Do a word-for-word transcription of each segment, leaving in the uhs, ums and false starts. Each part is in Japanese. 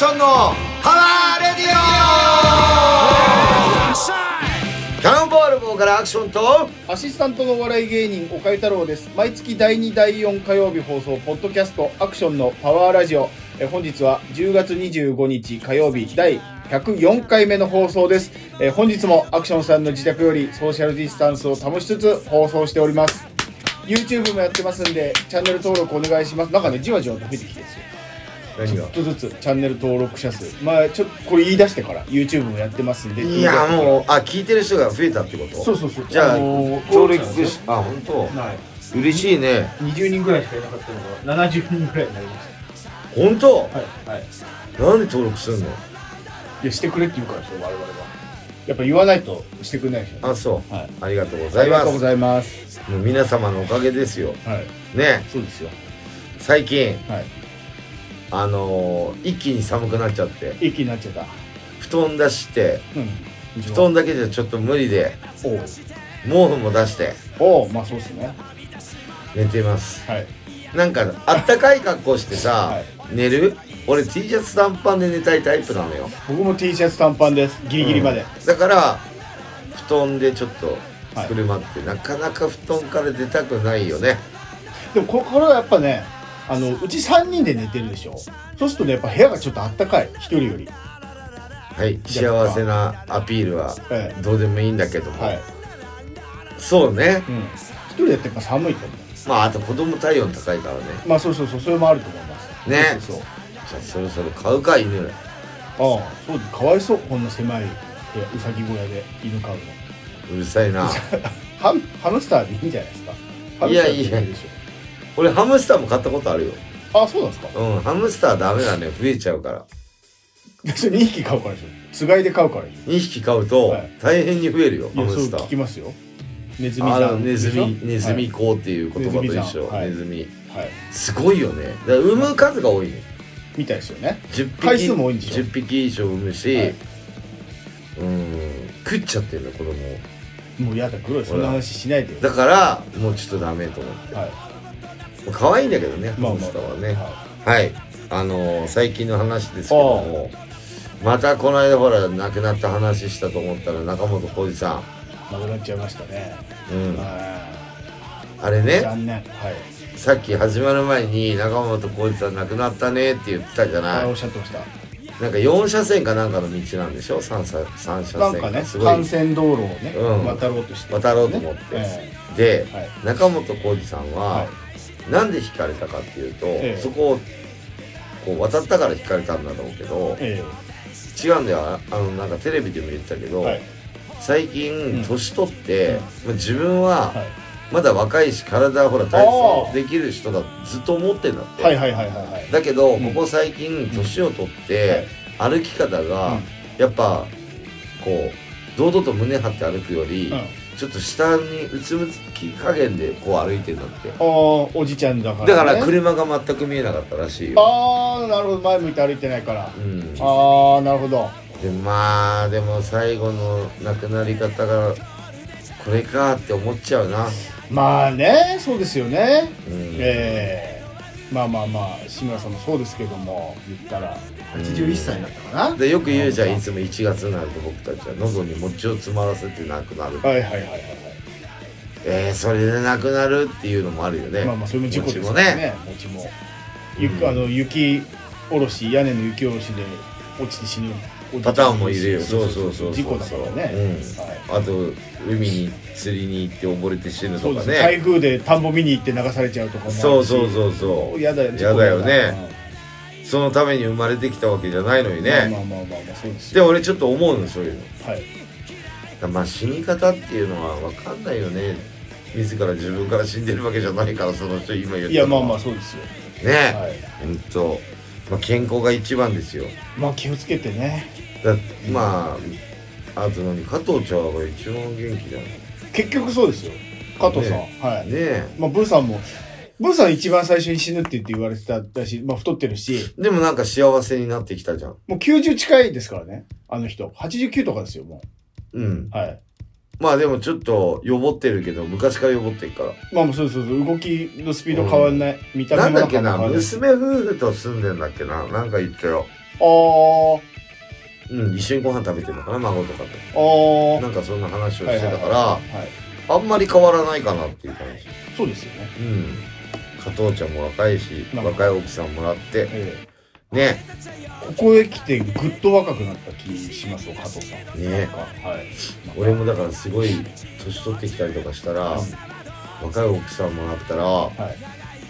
ションのパワーレディオ。キャノンボールボーからアクションとアシスタントのお笑い芸人岡井太郎です。毎月だいにだいよん火曜日放送ポッドキャストアクションのパワーラジオ。え本日はじゅうがつにじゅうごにち火曜日だいひゃくよんかいめの放送です。え本日もアクションさんの自宅よりソーシャルディスタンスを保ちつつ放送しております。 YouTube もやってますんでチャンネル登録お願いします。なんかねじわじわと増えてきてるんですよ。 何がちょっとずつチャンネル登録者数、まあちょっとこれ言い出してから YouTube もやってますんで。 いやもうあ聞いてる人が増えたってこと。 そうそうそう。 じゃあ、 あのー、 登録しあ本当、 はい、 嬉しいね。 にじゅうにんぐらいしかいなかったのがななじゅうにんぐらいになりました。 本当？ はいはい。 なんで登録するの？ いやしてくれって言うからでしょ我々は。やっぱ言わないとしてくれないでしょ。 あそう、 はい、 ありがとうございます。 ありがとうございます。 もう皆様のおかげですよ。 はい。ね。そうですよ。 最近、 はい、 あのー、一気に寒くなっちゃって。 一気になっちゃった。 布団出して、うん、布団だけじゃちょっと無理で、お毛布も出して、 おまあそうですね。 寝てます。 はい。 なんかあったかい格好してさ、はい、寝る？俺 T シャツ短パンで寝たいタイプなのよ。 僕も T シャツ短パンです。ギリギリまで。 うん、だから布団でちょっとくるまって、はい、なかなか布団から出たくないよね。 でもこれはやっぱね、あのうちさんにんで寝てるでしょ。そうするとねやっぱ部屋がちょっとあったかい、一人より。 はい、幸せなアピールはどうでもいいんだけども、はい、そうね、 うん、一人だってやっぱ寒いと思う。 まああと子供体温高いからね。 まあそうそうそう、それもあると思いますね。 そうそうそう。 じゃあそろそろ買うか犬。 ああそうです。かわいそう、こんな狭い部屋、うさぎ小屋で犬飼うの。 うるさいな。 ハ, ハムスターでいいんじゃないですか。 いやいや、俺ハムスターも買ったことあるよ。 あ、そうなんですか。 うん、ハムスターダメだね、増えちゃうから。 それにひき買うからでしょ。つがいで買うから。 にひき買うと大変に増えるよ、はい、ハムスター。 そう聞きますよ。ネズミさん。 ネズミ、ネズミ講っていう言葉と一緒。 はい、 ネズミ、 はい。 すごいよね。だから産む数が多いね。 みたいですよね。 じゅっぴき、 回数も多いんでしょ。 じゅっぴき以上産むし、はい、うん食っちゃってるんだ子供を。 もうやだ、黒い、そんな話しないでよ。 だからもうちょっとダメと思って。はい。可愛いんだけどね、ハムスターはね。はい。あのー、最近の話ですけども、またこの間ほら亡くなった話したと思ったら中本浩二さん亡くなっちゃいましたね。 うん。あれね。 残念。はい。 さっき始まる前に中本浩二さん亡くなったねって言ってたじゃない。 おっしゃってました。 なんかよんしゃせんかなんかの道なんでしょ。 さん, さんしゃせんなんかね、幹線道路をね、うん、渡ろうとして、ね、 渡ろうと思って、えー、で、はい、中本浩二さんは、はい、なんで引かれたかっていうと、えー、そこをこう渡ったから引かれたんだろうけど、えー、違うんだよ。あのなんかテレビでも言ってたけど、はい、最近年取って、うん、自分は、はい、まだ若いし体はほら体操できる人だずっと思ってんだって。だけど、うん、ここ最近年を取って、うん、歩き方が、うん、やっぱこう堂々と胸張って歩くより、うん、ちょっと下にうつむき加減でこう歩いてるんだって。 ああおじちゃんだから、ね、 だから車が全く見えなかったらしいよ。 ああなるほど、前向いて歩いてないから、うん、ああなるほど。 でまあでも最後の亡くなり方がこれかって思っちゃうな。 まあね、そうですよね、うん、えー、まあまあまあ志村さんもそうですけども言ったらはちじゅういっさいになったかな、 うん、でよく言うじゃん、いつもいちがつになると僕たちは喉に餅を詰まらせて亡くなる。 はいはいはいはい。 えー、それで亡くなるっていうのもあるよね。 まあまあそれも事故ですよね。餅も、うん、あの雪下ろし、屋根の雪下ろしで落ちて死ぬパターンもいるよ。そうそうそう、 事故だからね、 うん、はい、あと海に釣りに行って溺れて死ぬとかね。 台風で田んぼ見に行って流されちゃうとかもあるし。 そうそうそうそう、 やだよね。 やだよね、うん、そのために生まれてきたわけじゃないのにね。 まあまあまあまあ、まあ、そうですよ。で俺ちょっと思うの、そういうの。 はい。 まあ死に方っていうのは分かんないよね。自ら自分から死んでるわけじゃないから、その人今言ったのは。 いやまあまあそうですよね。はい。ほんと、まあ、健康が一番ですよ。 まあ気をつけてね。 だまああと何、加藤茶が一番元気だよ。 結局そうですよ、加藤さん。 ね、 はい。 ねえ。 まあブーさんもブーさん一番最初に死ぬって言って言われてたし、まあ太ってるし。 でもなんか幸せになってきたじゃん。 もうきゅうじゅう近いですからね、あの人。はちじゅうきゅうとかですよもう。うん。 はい。 まあでもちょっとよぼってるけど昔からよぼってるから。 まあもうそうそうそう、動きのスピード変わんない、うん、見た目もなんだっけな、娘夫婦と住んでんだっけな、なんか言ったよ。 ー。 うん、一緒にご飯食べてるのかな、孫とかと。 ああ。 なんかそんな話をしてたから、 はい、 あんまり変わらないかなっていう感じ。 そうですよね。 うん。加藤ちゃんも若いし、若い奥さんもらって、ええ、ね。 ここへ来てぐっと若くなった気しますよ、加藤さん。 ね。はい。俺もだからすごい年取ってきたりとかしたら、うん、若い奥さんもらったら、はい、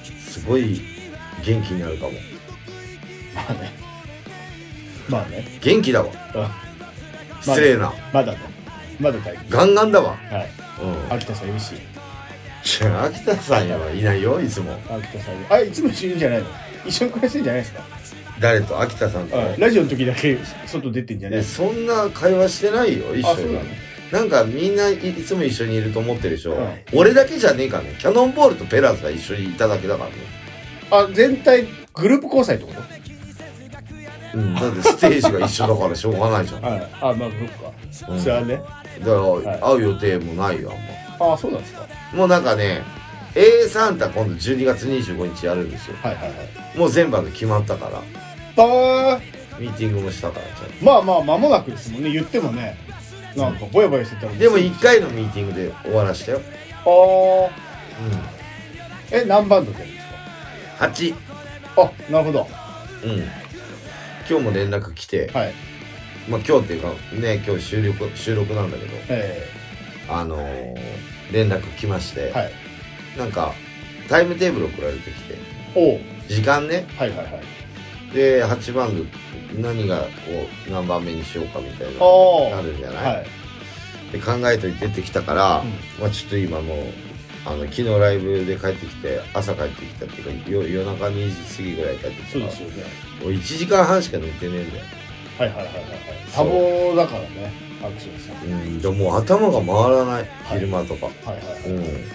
すごい元気になるかも。 まあね。まあね。 元気だわ。失礼な。 まだね。まだ大丈夫。 ガンガンだわ。 はい。うん。秋田さんいるし。 秋田さんやはいないよ、いつも。 秋田さん。あ、いつも一緒にいるんじゃないの？一緒に暮らしてるんじゃないですか？ 誰と？秋田さんと。 ラジオの時だけ外出てんじゃない？ そんな会話してないよ、一緒に。あ、そうなの？なんかみんないつも一緒にいると思ってるでしょ。俺だけじゃねえからね。キャノンボールとペラーズが一緒にいただけだからね。あ、 全体グループ交際ってこと？ うん、だってステージが一緒だからしょうがないじゃん。 はい、あ、まあそっか、うん、それはね。 だから、はい、会う予定もないよ、 あんま。あ、そうなんですか。 もうなんかね、A サンタ今度じゅうにがつにじゅうごにちやるんですよ。はいはいはい。もう全部で決まったから。あミーティングもしたからちゃんと。 まあまあ間もなくですもんね。言ってもね、なんかぼやぼやしてたら。 でもいっかいのミーティングで終わらしたよ。ああ。うん。え、何バンドでやるんですか？はち。 あ、なるほど。 うん。今日も連絡来て、はい、まあ今日っていうかね、今日収録収録なんだけど、えー、あのー、連絡来まして、はい、なんかタイムテーブル送られてきて、お時間ね、はいはいはい、ではちバンド何がこう何番目にしようかみたいななるんじゃない？はい、で考えといて出てきたから、うん、まあちょっと今もうあの昨日ライブで帰ってきて朝帰ってきたっていうか夜夜中にじ過ぎぐらい帰ってきたから、そうですよね。もういちじかんはんしか寝てねえんだよ。 はいはいはいはいはい。多忙だからね、アクションさん。 うん、でももう頭が回らない、はい、昼間とか。はいはいはい。うん、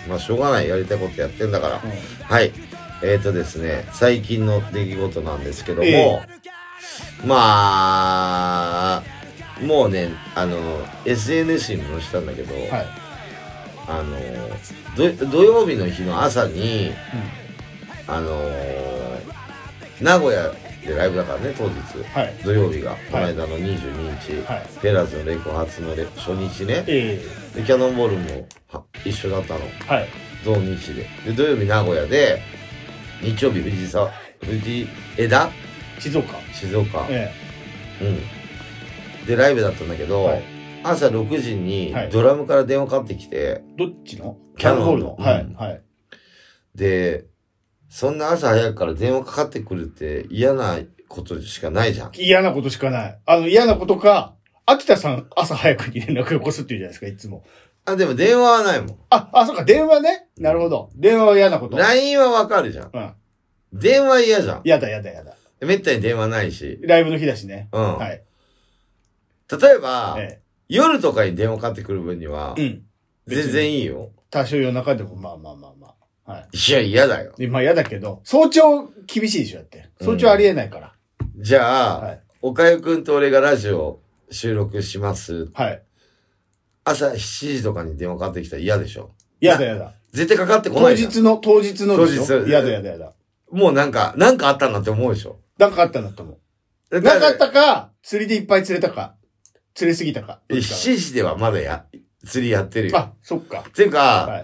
まあしょうがない、やりたいことやってんだから。うん、はい。えーとですね、最近の出来事なんですけども、えー、まあもうね、あの エスエヌエス にも載せたんだけど、はい、あのど土曜日の日の朝に、うん、あの名古屋でライブだからね、当日、はい、土曜日が、はい、この間のにじゅうににち、はい、ペラーズのレコ発のレ初日ね、えー、でキャノンボールも一緒だったの、はい、同日でで土曜日名古屋で日曜日藤沢藤枝静岡静岡、えー、うんでライブだったんだけど、はい、朝ろくじにドラムから電話かかってきて、 どっちの？ キャノンボールの、 はい、はい、 でそんな朝早くから電話かかってくるって嫌なことしかないじゃん。 嫌なことしかない。あの嫌なことか、秋田さん朝早くに連絡を起こすっていうじゃないですか、いつも。 あ、でも電話はないもん。 あ、あ、そっか、電話ね。なるほど。電話は嫌なこと。 ライン はわかるじゃん。うん。電話嫌じゃん。 嫌だ嫌だ嫌だ。 めったに電話ないし。 ライブの日だしね。 うん。はい。例えば、ええ、夜とかに電話かかってくる分には、うん。全然いいよ。 多少夜中でもまあまあまあまあ。はい。 いや、嫌だよ。 まあ嫌だけど、早朝厳しいでしょ、だって。早朝ありえないから。 うん、じゃあ、はい、おかゆくんと俺がラジオ収録します。はい。朝しちじとかに電話かかってきたら嫌でしょ。 嫌だ嫌だ。 絶対かかってこないじゃん。 当日の、当日のでしょ。当日。嫌だ嫌だ嫌だ。 もうなんか、なんかあったんだって思うでしょ。 なんかあったんだと思う。なかったか、釣りでいっぱい釣れたか、釣れすぎたか。 しちじではまだや、釣りやってるよ。 あ、そっか。 っていうか、はい、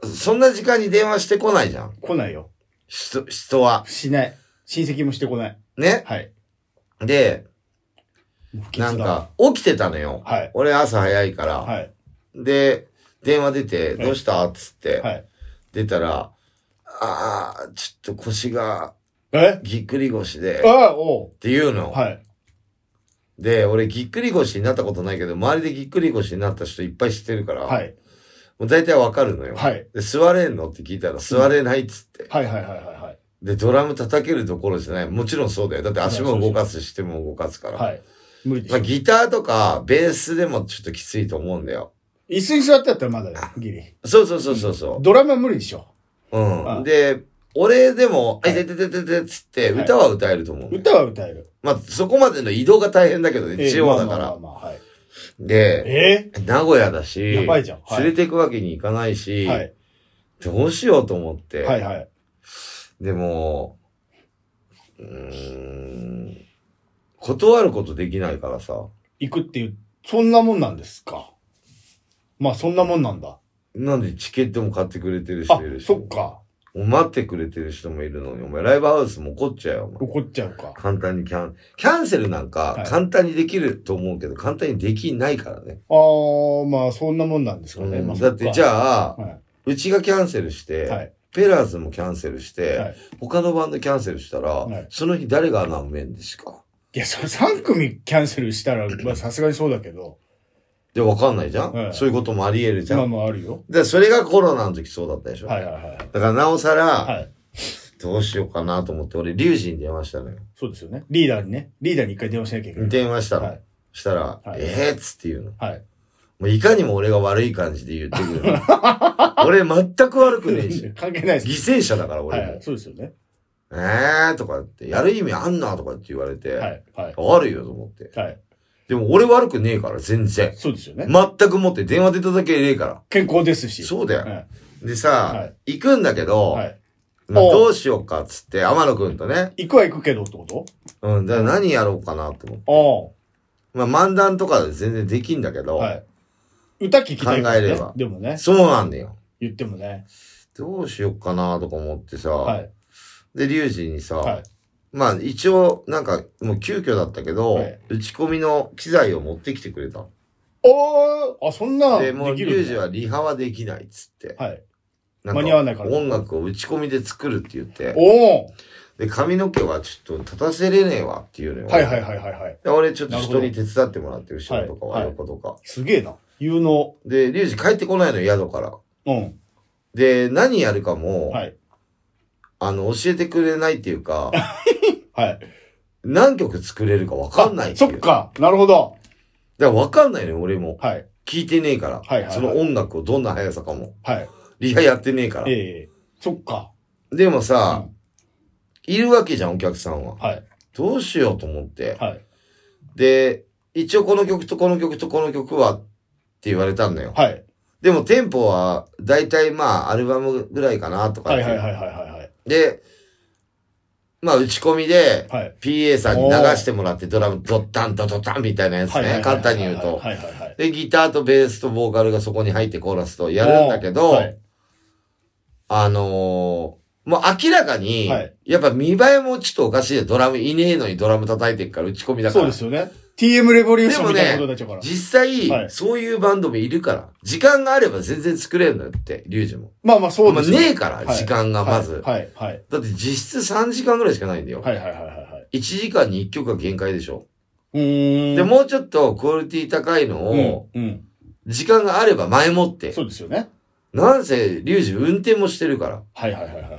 そんな時間に電話してこないじゃん。 来ないよ。 人、人は。 しない。親戚もしてこない。 ね。はい。で、なんか、起きてたのよ。はい。俺朝早いから。はい。で、電話出て、どうした、つって、はい。出たら、ああ、ちょっと腰が、えぎっくり腰で、ああ、おう。って言うの。はい。で、俺ぎっくり腰になったことないけど、周りでぎっくり腰になった人いっぱい知ってるから、はい。もう大体わかるのよ。はい。で、座れんのって聞いたら、座れないっつって。うん、はいはいはいはいはい。で、ドラム叩けるところじゃない。もちろんそうだよ。だって足も動かすしても動かすから。はい。無理でしょ。まあ、ギターとか、ベースでもちょっときついと思うんだよ。 椅子に座ってやったらまだよ、ギリ。 そうそうそうそうそう。 ドラムは無理でしょ。 うん。で、俺でも、あいてててててつって、歌は歌えると思う、 歌は歌える。 まあ、そこまでの移動が大変だけどね、地方だから。で、名古屋だし、やばいじゃん。連れて行くわけにいかないし、どうしようと思って。はいはい。でも、うーん、 断ることできないからさ。 行くっていう、そんなもんなんですか。まあそんなもんなんだ。 なんでチケットも買ってくれてる人いるし。 あ、そっか。 待ってくれてる人もいるのに、お前ライブハウスも怒っちゃうよ、お前。 怒っちゃうか。 簡単にキャン、キャンセルなんか簡単にできると思うけど、はい、簡単にできないからね。 ああ、まあそんなもんなんですかね。 うんまあ、 だってじゃあ、 はい、 うちがキャンセルして、はい、ペラーズもキャンセルして、はい、他のバンドキャンセルしたら、はい、その日誰が穴埋めんですか？ いや、それさん組キャンセルしたら、まあさすがにそうだけど。 で、わかんないじゃん、はい、そういうこともあり得るじゃん。 まあまああるよ。 で、それがコロナの時そうだったでしょ。 はいはいはい。 だからなおさら、 はい、 どうしようかなと思って、俺、リュウジに電話したのよ。 そうですよね。リーダーにね。リーダーに一回電話しなきゃいけない。 電話したの。はい、したら、はい、えーっつって言うの。はい。もういかにも俺が悪い感じで言ってくるの。俺全く悪くねえし。 関係ないです。 犠牲者だから俺も。 はい、はい、そうですよね。 えーとかって、やる意味あんなとかって言われて、はい、はい。あるよと思って。はい。でも俺悪くねえから、全然。 そうですよね。 全くもって電話出ただけねえから。 健康ですし。 そうだよ。 はい、 でさ、はい、行くんだけど、はい、まあ、どうしようかっつって、天野くんとね。 行くは行くけどってこと？ うん、だから何やろうかなと思って。まあ、漫談とかで全然できんだけど、はい、 歌聞きたいから、ね。 考えれば。 でもね。 そうなんだよ。 言ってもね。 どうしようかなとか思ってさ、はい、で、リュウジにさ、はい、まあ一応、なんか、もう急遽だったけど、はい、打ち込みの機材を持ってきてくれた。 おーあ、そんなで、もうリュウジはリハはできないっつって。 はい。 なんか間に合わないから。 音楽を打ち込みで作るって言って。 おで、髪の毛はちょっと立たせれねえわっていうのよ。 はいはいはいはいはい。 で、俺ちょっと人に手伝ってもらって、後ろとかは横とか。 すげえな。有能。 で、リュウジ帰ってこないの宿から。うん。で、何やるかも、はい。あの、教えてくれないっていうか、 はい。 何曲作れるか分かんないっていう。 そっか。なるほど。 だから分かんないのよ、俺も。 はい。 聞いてねえから。はいはい、はい。その音楽をどんな速さかも。 はい。 リハやってねえから。 ええー。そっか。 でもさ、うん、いるわけじゃん、お客さんは。 はい。 どうしようと思って。 はい。 で、一応この曲とこの曲とこの曲はって言われたんだよ。 はい。 でもテンポは、だいたいまあ、アルバムぐらいかなとか。 はいはいはいはいはい。 で、まあ、打ち込みで、ピーエー さんに流してもらって、ドラム、ドッタンドドタンみたいなやつね。簡単に言うと。で、ギターとベースとボーカルがそこに入ってコーラスとやるんだけど、はい、あのー、もう明らかに、はい、やっぱ見栄えもちょっとおかしいで、ドラムいねえのにドラム叩いてるから打ち込みだから。 そうですよね。ティーエム レボリューションみたいなことになっちゃうから。 でもね、実際、はい、そういうバンドもいるから。時間があれば全然作れるのよって、リュウジも。 まあまあそうですね。まあねえから、はい、時間がまず、 はい。はい。はい。 だって実質さんじかんぐらいしかないんだよ。 はいはいはいはい。 いちじかんにいっきょくが限界でしょ。 うーん。 で、もうちょっとクオリティ高いのを、うん。うん、時間があれば前もって。 そうですよね。 なんせ、リュウジ運転もしてるから。 はいはいはいはいはい。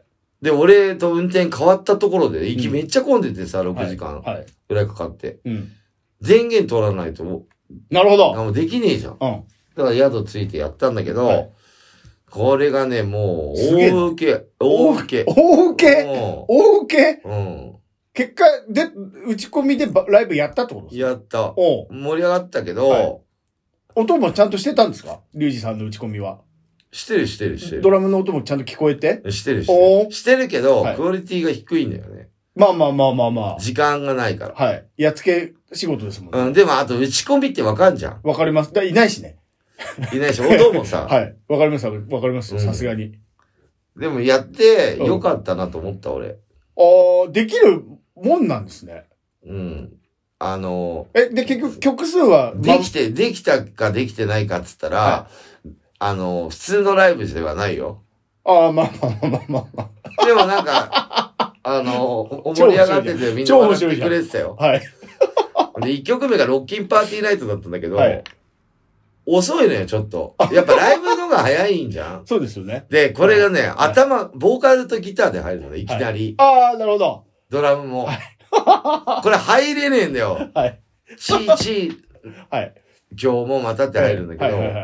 で、俺と運転変わったところで、息めっちゃ混んでてさ、ろくじかんぐらいかかって。うん。電源取らないと、 なるほど。 もうできねえじゃん。うん。だから宿ついてやったんだけど、はい、これがね、もう、大受け。大受け。 大受け大受けうん。 結果、で、打ち込みでライブやったってことですか？ やった。お盛り上がったけど、はい、 音もちゃんとしてたんですか？リュウジさんの打ち込みは。 してるしてるしてる。 ドラムの音もちゃんと聞こえてしてるしてる。してるけど、はい、クオリティが低いんだよね。 まあまあまあまあまあ。 時間がないから。 はい。やっつけ仕事ですもんね。 うん、でもあと打ち込みってわかんじゃん。 わかります。だいないしね。 いないし、音もさ。 はい。わかりますわかりますよ、さすがに。 でもやってよかったなと思った、俺。 ああ、できるもんなんですね。 うん。あのー、え、で、結局曲数はできて、できたかできてないかっつったら、はい、あのー、普通のライブではないよ。 ああ、まあまあまあまあまあ。でもなんか、あのー、盛り上がっててみんな笑ってくれてたよ。 はい。 で、いっきょくめがロッキンパーティーナイトだったんだけど、はい、遅いのよ、ちょっと。やっぱライブの方が早いんじゃん。 そうですよね。 で、これがね、はい、頭、ボーカルとギターで入るのね、いきなり。 はい、ああ、なるほど。 ドラムも。はい、これ入れねえんだよ。はい。チーチー。 はい。 今日もまたって入るんだけど。はいはいはいはい。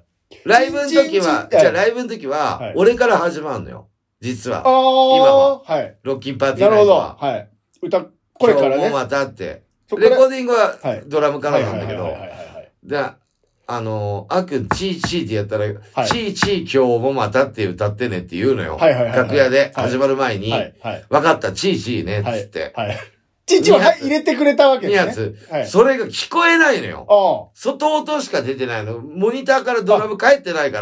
ライブの時は、じゃあライブの時は、俺から始まるのよ。実は。ああ。今は。はい。ロッキンパーティーナイトは。 なるほど。はい。歌、声からね。 今日もまたって。レコーディングはドラムからなんだけど。で、あの、あくん、チーチーってやったら、はい、チーチー今日もまたって歌ってねって言うのよ。はいはいはいはい、楽屋で始まる前に、はいはい、分かった、チーチーね、つって。はいはい、 父は入れてくれたわけですね。 に発。はい、それが聞こえないのよ。外音しか出てないの。モニターからドラム返ってないから、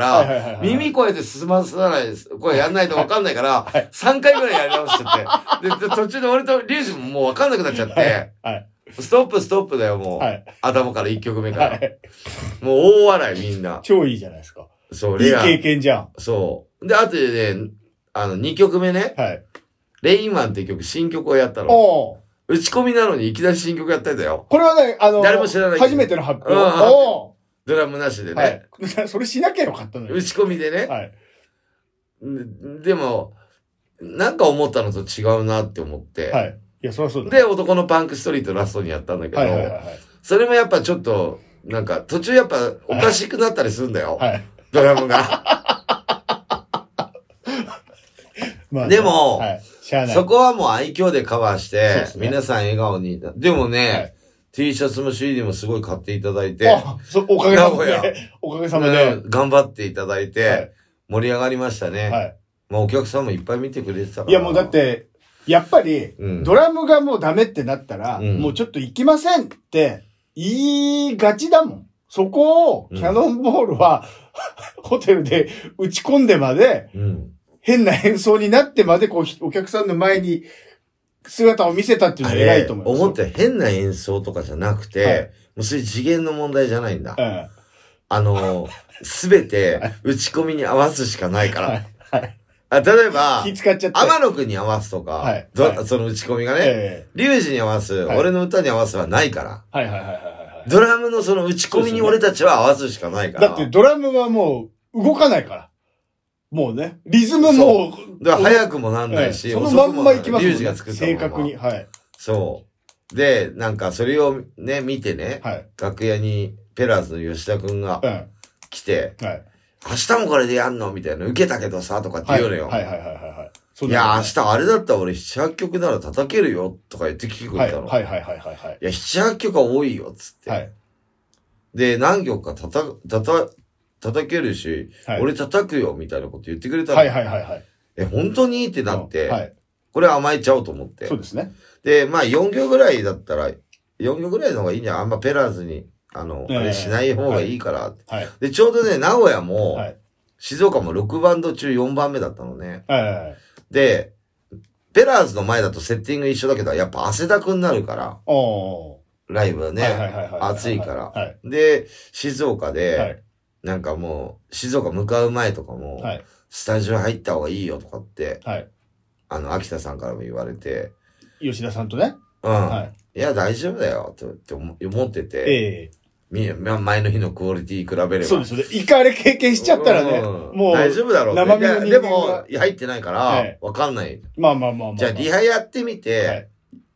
耳声で進まさないです。これやんないとわかんないから、はい、さんかいぐらいやり直しちゃって。で、途中で俺とリュウジももうわかんなくなっちゃって、はいはい、ストップストップだよ、もう。はい、頭からいっきょくめから。はい、もう大笑いみんな。 超いいじゃないですか。そう、いい経験じゃん。 そう。で、後でね、あの、にきょくめね。はい、レインマンっていう曲、新曲をやったの。お打ち込みなのにいきなり新曲やったんだよ。 これはね、あの、 誰も知らない。 初めての発表。うん、 おドラムなしでね。 はい、それしなきゃよかったのよ。 打ち込みでね。はい。でも、なんか思ったのと違うなって思って。はい。いや、そりゃそうだ。で、男のパンクストリートラストにやったんだけど、はいはいはいはい、それもやっぱちょっと、なんか途中やっぱおかしくなったりするんだよ。はい。ドラムが。まあね、でも、はい、そこはもう愛嬌でカバーして、ね、皆さん笑顔に。でもね、はい、T シャツも シーディー もすごい買っていただいて、 あ、そおかげさまで、おかげさまで、 ね、頑張っていただいて、はい、盛り上がりましたね。はい、まあお客さんもいっぱい見てくれてたから。 いやもうだって、やっぱり、うん、ドラムがもうダメってなったら、うん、もうちょっと行きませんって言いがちだもん。そこを、キャノンボールは、うん、ホテルで打ち込んでまで、うん変な演奏になってまでこうお客さんの前に姿を見せたっていうのは偉いと思います。 思って変な演奏とかじゃなくて、はい、もうそういう次元の問題じゃないんだ。うん、あの、すべて打ち込みに合わすしかないから。はいはい、あ例えば、 気使っちゃって天野くんに合わすとか、はいはい、その打ち込みがね、リュウジに合わす、はい、俺の歌に合わすはないから。はいはいはいはい、ドラムのその打ち込みに俺たちは合わすしかないから。 だってドラムはもう動かないから。もうね、リズムも、 だから早くもなんないし、 そのまんまいきますもんね。 リュウジが作ったもの正確に。はい。 そう。で、なんかそれをね、見てね、はい、楽屋にペラーズの吉田くんが来て、はい、明日もこれでやんのみたいな、受けたけどさ、とかって言うのよ。はい、はい、はいはいはい。いや、明日あれだったら俺なな、はちきょくなら叩けるよ、とか言って聞いてくれたの。はい、はい、はい、はい。いや、なな、はちきょくは多いよ、つって。はい。で、何曲か叩、叩、叩けるし、はい、俺叩くよ、みたいなこと言ってくれたの。はいはいはいはい。え、本当にってなって、はい、これ甘えちゃおうと思って。 そうですね。 で、まあよんきょくぐらいだったら、よんきょくぐらいの方がいいんじゃん。あんまペラーズに、あの、えー、あれしない方がいいから、はい。で、ちょうどね、名古屋も、はい、静岡もろくバンド中よんばんめだったのね。はいはいはい。で、ペラーズの前だとセッティング一緒だけど、やっぱ汗だくになるから。おライブはね、暑いから。はい、で、静岡で、はいなんかもう、静岡向かう前とかも、はい、スタジオ入った方がいいよとかって、はい、あの、秋田さんからも言われて。 吉田さんとね。 うん。はい、いや、大丈夫だよ、って思ってて。ええー。前の日のクオリティ比べれば。 そうですね。イカレ経験しちゃったらね、うん、もう。 大丈夫だろうって。生身の人間でも、入ってないから、はい、わかんない。 まあまあまあまあ、まあ。 じゃあ、リハやってみて、はい、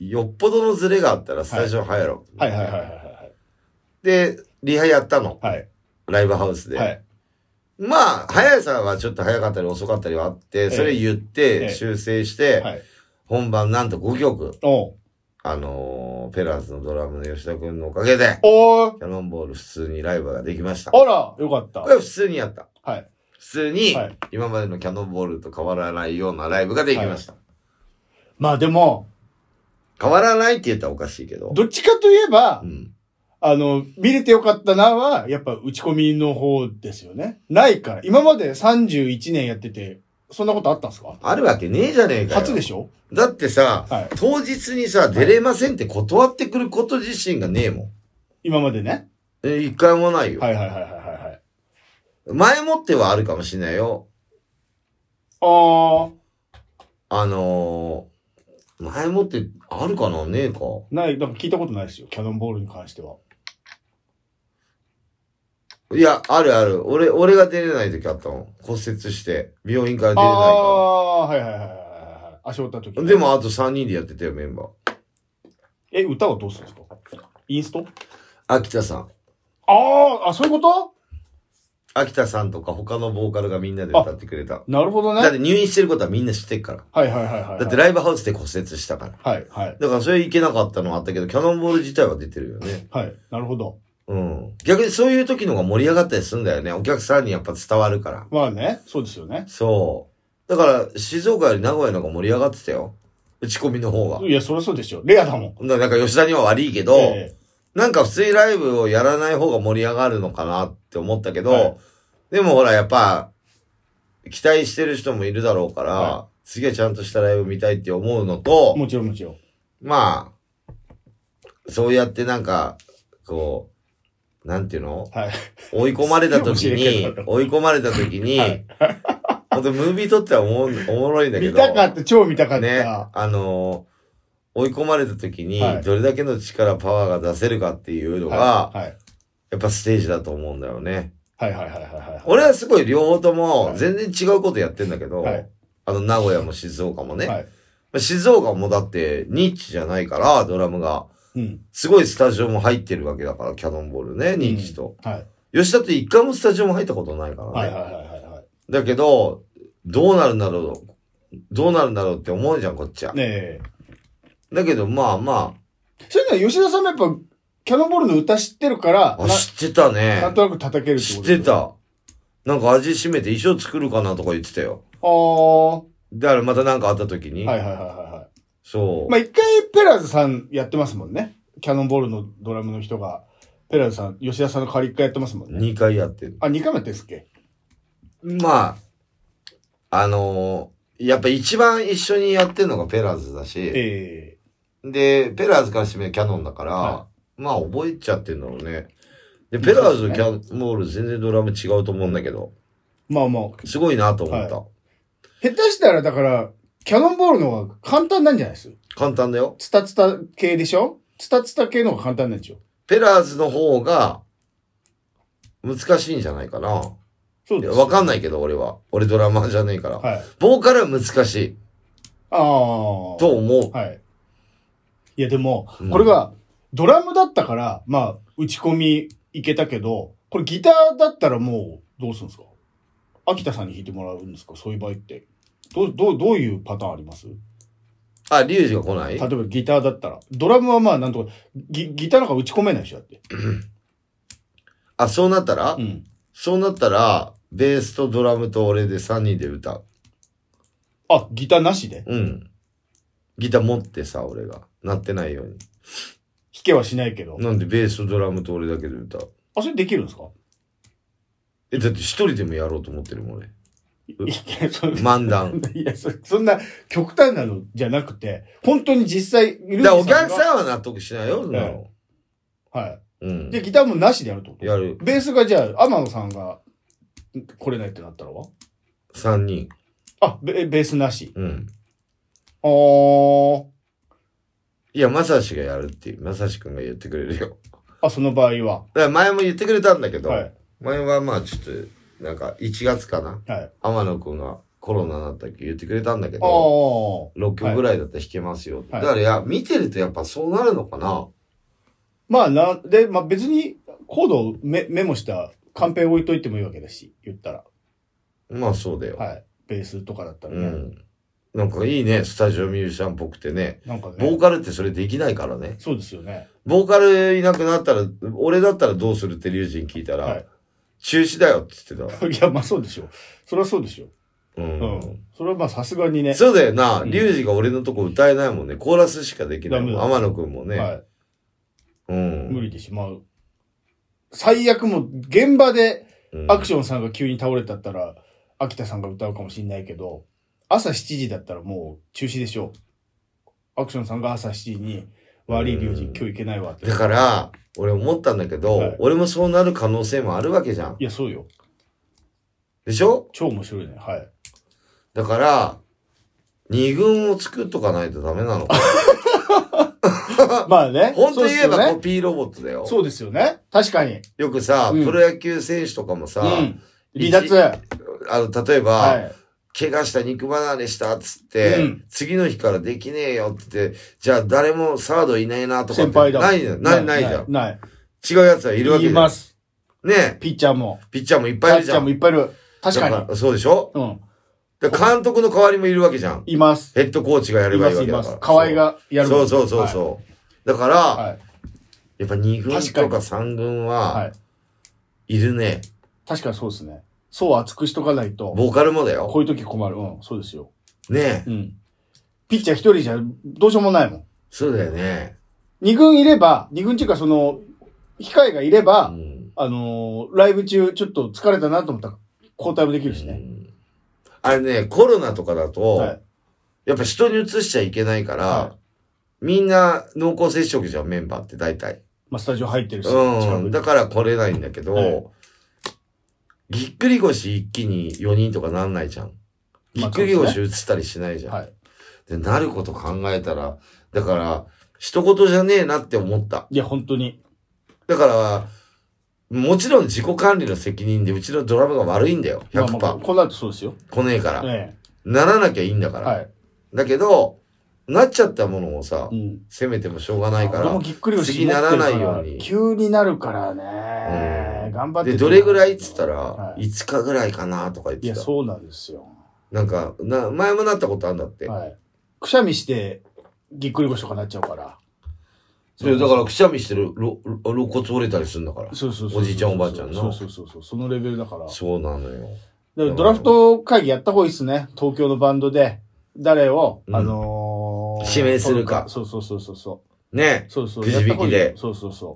よっぽどのズレがあったらスタジオ入ろう。 はい、はい、はいはいはいはい。 で、リハやったの。はい。ライブハウスで。はい、まあ、速さはちょっと早かったり遅かったりはあって、それ言って、修正して、はい、本番なんとごきょく、あのー、ペラーズのドラムの吉田くんのおかげで、おキャノンボール普通にライブができました。 あら、よかった。 これは普通にやった。はい。普通に、今までのキャノンボールと変わらないようなライブができました。はい、 まあでも、 変わらないって言ったらおかしいけど。 どっちかといえば、うんあの、見れてよかったなは、やっぱ打ち込みの方ですよね。ないから。今までさんじゅういちねんやってて、そんなことあったんですか？ あるわけねえじゃねえかよ。 初でしょ？ だってさ、はい、当日にさ、出れませんって断ってくること自身がねえもん。 今までね。 え、一回もないよ。 はいはいはいはいはい。 前もってはあるかもしれないよ。 ああ。あのー、前もってあるかなねえか。 ない、なんか聞いたことないですよ。キャノンボールに関しては。 いや、あるある。俺、俺が出れない時あったの。骨折して、病院から出れないから。ああ、はいはいはいはい。足折った時、 ね。でも、あとさんにんでやってたよ、メンバー。 え、歌はどうするんですか？インスト？ 秋田さん。 ああ、あ、そういうこと？ 秋田さんとか他のボーカルがみんなで歌ってくれた。 なるほどね。 だって入院してることはみんな知ってるから。 はいはいはいはい、はい。 だってライブハウスで骨折したから。 はいはい。 だからそれいけなかったのはあったけど、キャノンボール自体は出てるよね。 はい。なるほど。 うん。逆にそういう時の方が盛り上がったりするんだよね。お客さんにやっぱ伝わるから。 まあね。そうですよね。 そう。だから、静岡より名古屋の方が盛り上がってたよ。 打ち込みの方が。 いや、そりゃそうでしょ。レアだもん。 だからなんか吉田には悪いけど、えー、なんか普通にライブをやらない方が盛り上がるのかなって思ったけど、はい、でもほら、やっぱ、期待してる人もいるだろうから、はい、次はちゃんとしたライブ見たいって思うのと、 もちろんもちろん。 まあ、そうやってなんか、こう、なんていうの、はい、追い込まれた時に、追い込まれた時に、はい、ほんとムービー撮ってはおも、おもろいんだけど。 見たかった、超見たかった。 ね、あのー、追い込まれた時に、どれだけの力、パワーが出せるかっていうのが、はいはい、やっぱステージだと思うんだよね。 はいはいはいはい、はい。 俺はすごい両方とも全然違うことやってんだけど、はい、あの、名古屋も静岡もね。はい、静岡もだってニッチじゃないから、ドラムが。うん、すごいスタジオも入ってるわけだから、キャノンボールね、ニッチと。うん、はい、吉田って一回もスタジオも入ったことないからね。はいはいはいはい、はい。だけど、どうなるんだろう、どうなるんだろうって思うじゃん、こっちは。ねえ。だけど、まあまあ。 そういうのは吉田さんもやっぱ、キャノンボールの歌知ってるから。 あ、知ってたね。 なんとなく叩けるってこと知ってた。なんか味しめて衣装作るかなとか言ってたよ。ああ。だからまたなんかあった時に。はいはいはいはい。そう。 まあ一回ペラーズさんやってますもんね。キャノンボールのドラムの人が、ペラーズさん、吉田さんの代わり一回やってますもんね。 二回やってる。 あ、二回もやってるんすっけ？ まあ、あのー、やっぱ一番一緒にやってるのがペラーズだし、えー、で、ペラーズからしてみればキャノンだから、はい、まあ覚えちゃってんだろうね。で、ペラーズとキャノンボール全然ドラム違うと思うんだけど。 まあまあ。 すごいなと思った。はい、 下手したらだから、キャノンボールの方が簡単なんじゃないですか？ 簡単だよ。 ツタツタ系でしょ？ツタツタ系の方が簡単なんでしょ？ ペラーズの方が難しいんじゃないかな。そうです。わかんないけど、俺は。俺ドラマーじゃねえから。はい。ボーカルは難しい。ああ。と思う。はい。 いや、でも、うん、これが、ドラムだったから、まあ、打ち込みいけたけど、これギターだったらもう、どうするんですか？秋田さんに弾いてもらうんですか？そういう場合って。どう、どう、どういうパターンあります？ あ、リュウジが来ない？ 例えばギターだったら。ドラムはまあ、なんとか、ギ、ギターなんか打ち込めないでしょ、だって。 あ、そうなったら、うん、そうなったら、ベースとドラムと俺でさんにんで歌う。 あ、ギターなしで？ うん。ギター持ってさ、俺が。鳴ってないように。弾けはしないけど。 なんでベースとドラムと俺だけで歌う。 あ、それできるんですか？ え、だって一人でもやろうと思ってるもん俺。いや、そんな。漫談。 いやそ、そんな極端なのじゃなくて、本当に実際、 いるだからお客さんは納得しないよ、そんなの。 はい。うん。で、ギターもなしでやるってこと？ やる。 ベースがじゃあ、天野さんが来れないってなったらは？ さんにん。 あ、ベ、ベースなし。うん。あー。 いや、まさしがやるっていう、まさしくんが言ってくれるよ。 あ、その場合は。 だから前も言ってくれたんだけど、はい、前はまあちょっと、なんかいちがつかな。はい。天野くんがコロナになった時言ってくれたんだけど、ろっきょくぐらいだったら弾けますよ。はい、だからいや、見てるとやっぱそうなるのかな。 まあな、で、まあ別にコードをメメモしたカンペ置いといてもいいわけだし、言ったら。 まあそうだよ。 はい。ベースとかだったらね。うん。 なんかいいね、スタジオミュージシャンっぽくてね。なんかね。ボーカルってそれできないからね。 そうですよね。 ボーカルいなくなったら、俺だったらどうするってリュウジに聞いたら、はい、中止だよって言ってたわ。 いや、まあそうでしょ。それはそうでしょ。うん。うん。それはまあさすがにね。 そうだよな。リュウジが俺のとこ歌えないもんね。コーラスしかできないもん。天野くんもね。はい。 うん。無理でしまう。最悪も現場でアクションさんが急に倒れたったら、秋田さんが歌うかもしんないけど、朝しちじだったらもう中止でしょう。アクションさんが朝しちじに、悪いリュウジ今日行けないわって。 だから、俺思ったんだけど、はい、俺もそうなる可能性もあるわけじゃん。 いや、そうよ。 でしょ？ 超面白いね。はい。 だから、二軍を作っとかないとダメなのか。 まあね。 本当に言えばコピーロボットだよ。 そうですよね。確かに。 よくさ、うん、プロ野球選手とかもさ、うん、 離脱。 あの、例えば、はい、怪我した肉離れしたっつって、うん、次の日からできねえよって言って、じゃあ誰もサードいないなとかって。先輩だ。ないじゃん。ない、ないじゃん。ない。違う奴はいるわけじゃん。います。ねピッチャーも。 ピッチャーもいっぱいいるじゃん。 ピッチャーもいっぱいいる。確かに。 そうでしょ？うん。で監督の代わりもいるわけじゃん。 います。 ヘッドコーチがやればいいわけだから。います、います。 河合がやる。 そうそうそうそう。はい、だから、はい、やっぱに軍とかさん軍は、いるね。 確かにそうですね。そう厚くしとかないと。 ボーカルもだよ。 こういう時困る。うん、そうですよ。 ねえ。うん。 ピッチャー一人じゃどうしようもないもん。 そうだよね。 二軍いれば、二軍っていうかその、控えがいれば、 うん、 あのー、ライブ中ちょっと疲れたなと思ったら交代もできるしね。うん、 あれね、コロナとかだと、はい、やっぱ人に移しちゃいけないから、はい、みんな濃厚接触じゃん、メンバーって大体。 まあ、スタジオ入ってるし。 うん。だから来れないんだけど、はい、ぎっくり腰一気によにんとかなんないじゃん。ぎっくり腰移ったりしないじゃん。まあね、はい。で、なること考えたら、だから、一言じゃねえなって思った。 いや、本当に。 だから、もちろん自己管理の責任でうちのドラムが悪いんだよ。ひゃくパーセント。まあまあ、 こうなるとそうですよ。 来ねえから。 ええ、 ならなきゃいいんだから。はい。だけど、なっちゃったものをさ、うん、責めてもしょうがないから、 もぎっくり次ならないように。 急になるからね。うん、頑張って。 で、どれぐらいっつったら、はい、いつかぐらいかなとか言ってた。 いや、そうなんですよ。 なんか、な、前もなったことあるんだって。はい。 くしゃみして、ぎっくり腰とかなっちゃうから。 いや、だからくしゃみしてる、ろ、肋骨折れたりするんだから。 そうそうそう。 おじいちゃんおばあちゃんの。 そうそうそうそう。そのレベルだから。 そうなのよ。 だからドラフト会議やった方がいいっすね。東京のバンドで。誰を、うん、あのー、指名するか。 そうそうそうそうそう。 ね。 そうそう。 くじ引きで。 そうそうそう。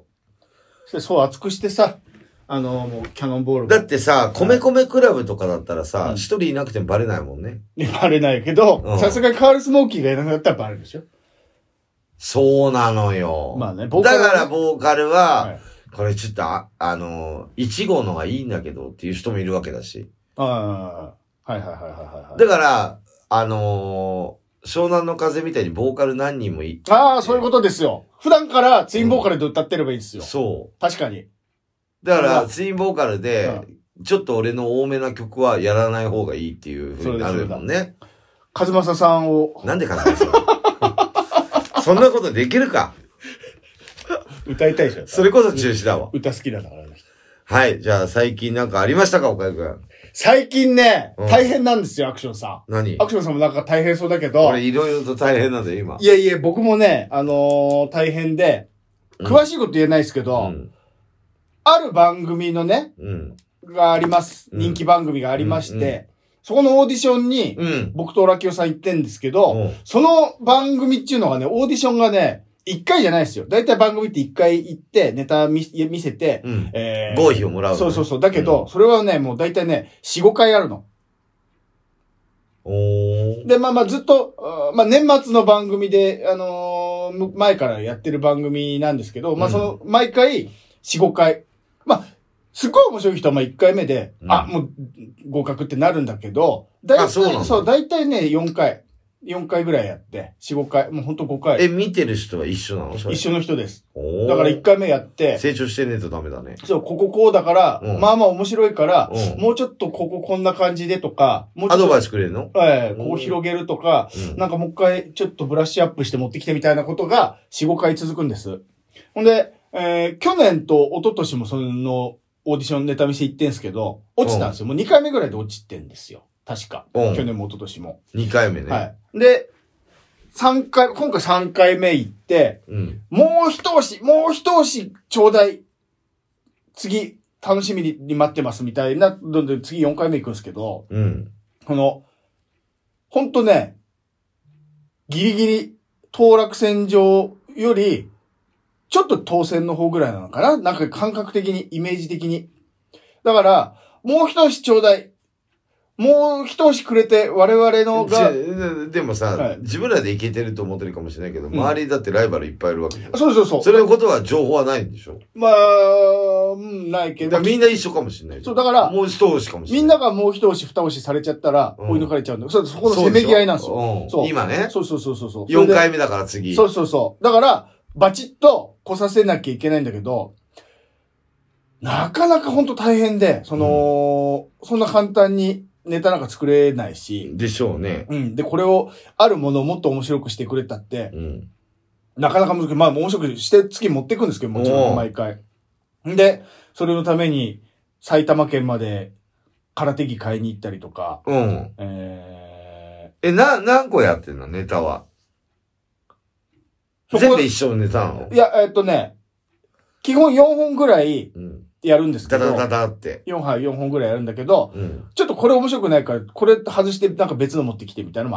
で、そう熱くしてさ、あのー、もうキャノンボール。 だってさ、米米クラブとかだったらさ、一、うん、人いなくてもバレないもんね。 バレないけど、さすがにカールスモーキーがいなくなったらバレるでしょ。 そうなのよ。 まあね、 ボーカル、だからボーカルは、はい、これちょっとあ、あのー、いち号のがいいんだけどっていう人もいるわけだし。 ああ、はいはいはいはいはい。 だから、あのー、湘南の風みたいにボーカル何人もいい。 ああ、そういうことですよ。普段からツインボーカルで歌ってればいいですよ。うん、 そう。 確かに。 だから、ツインボーカルで、ちょっと俺の多めな曲はやらない方がいいっていう風になるもんね。 和正さんを。 なんで和正さんそんなことできるか歌いたいじゃん。 それこそ中止だわ。 歌好きだからね。 はい。じゃあ最近なんかありましたか、岡井くん。 最近ね、うん、大変なんですよ、アクションさん。 何？ アクションさんもなんか大変そうだけど。 俺いろいろと大変なんだよ、今。 いやいや、僕もね、あのー、大変で、詳しいこと言えないですけど、うん、ある番組のね、うん、があります。人気番組がありまして、うんうん、そこのオーディションに、うん、僕とオラキオさん行ってんですけど、うん、その番組っていうのがね、オーディションがね、一回じゃないですよ。だいたい番組って一回行って、ネタ見見せて、 うん、えー、合否をもらう、ね。 そうそうそう。だけど、うん、それはね、もうだいたいね、よん、ごかいあるの。 おー。 で、まあまあずっと、まあ年末の番組で、あのー、前からやってる番組なんですけど、まあその、毎回、よん、ごかい。まあ、すっごい面白い人はまあいっかいめで、うん、あ、もう合格ってなるんだけど、だいたい、そう、そう、だいたいね、よんかい。よんかいぐらいやって、よん、ごかい。もうほんとごかい。 え、見てる人は一緒なの？ 一緒の人です。だからいっかいめやって。 成長してねえとダメだね。 そう、こここうだから、うん、まあまあ面白いから、うん、もうちょっとこここんな感じでとか、もうちょっと。 アドバイスくれるの？ ええ、こう広げるとか、うん、なんかもう一回ちょっとブラッシュアップして持ってきてみたいなことがよん、ごかい続くんです。ほんで、えー、去年と一昨年もそのオーディションネタ見せ行ってんすけど、落ちたんですよ。もうにかいめぐらいで落ちてんですよ。確か。去年も一昨年も。 にかいめね。 はい。で、さんかい、今回さんかいめ行って、うん、もう一押し、もう一押しちょうだい。次、楽しみに待ってますみたいな、どんどん次よんかいめ行くんですけど、うん、この、ほんとね、ギリギリ、当落線上より、ちょっと当選の方ぐらいなのかな？なんか感覚的に、イメージ的に。だから、もう一押しちょうだい。もう一押しくれて、我々のが。 でもさ、はい、自分らでいけてると思ってるかもしれないけど、うん、周りだってライバルいっぱいいるわけじゃん。 そうそうそう。 それのことは情報はないんでしょ？ まあ、うん、ないけど。 みんな一緒かもしれない。 そう、だから、 もう一押しかもしれない。 みんながもう一押し、二押しされちゃったら、追い抜かれちゃうんだよ。うん、そ、そこのせめぎ合いなんですよ。 そう、そう。今ね。 そうそうそうそう。 よんかいめだから次。 そうそうそう。だから、バチッと来させなきゃいけないんだけど、なかなかほんと大変で、その、うん、そんな簡単にネタなんか作れないし。 でしょうね。 うん。で、これを、あるものをもっと面白くしてくれたって、うん、なかなか難しい。まあ、面白くして次持っていくんですけど、もちろん、毎回。で、それのために、埼玉県まで空手着買いに行ったりとか。 うん。えー、え、な、何個やってんのネタは。全部一緒のネタなの？ いや、えっとね、基本よんほんぐらいやるんですけど。 ダダダダって。 よんはい、よんほんぐらいやるんだけど、うん、ちょっとこれ面白くないから、これ外してなんか別の持ってきてみたいなのもある。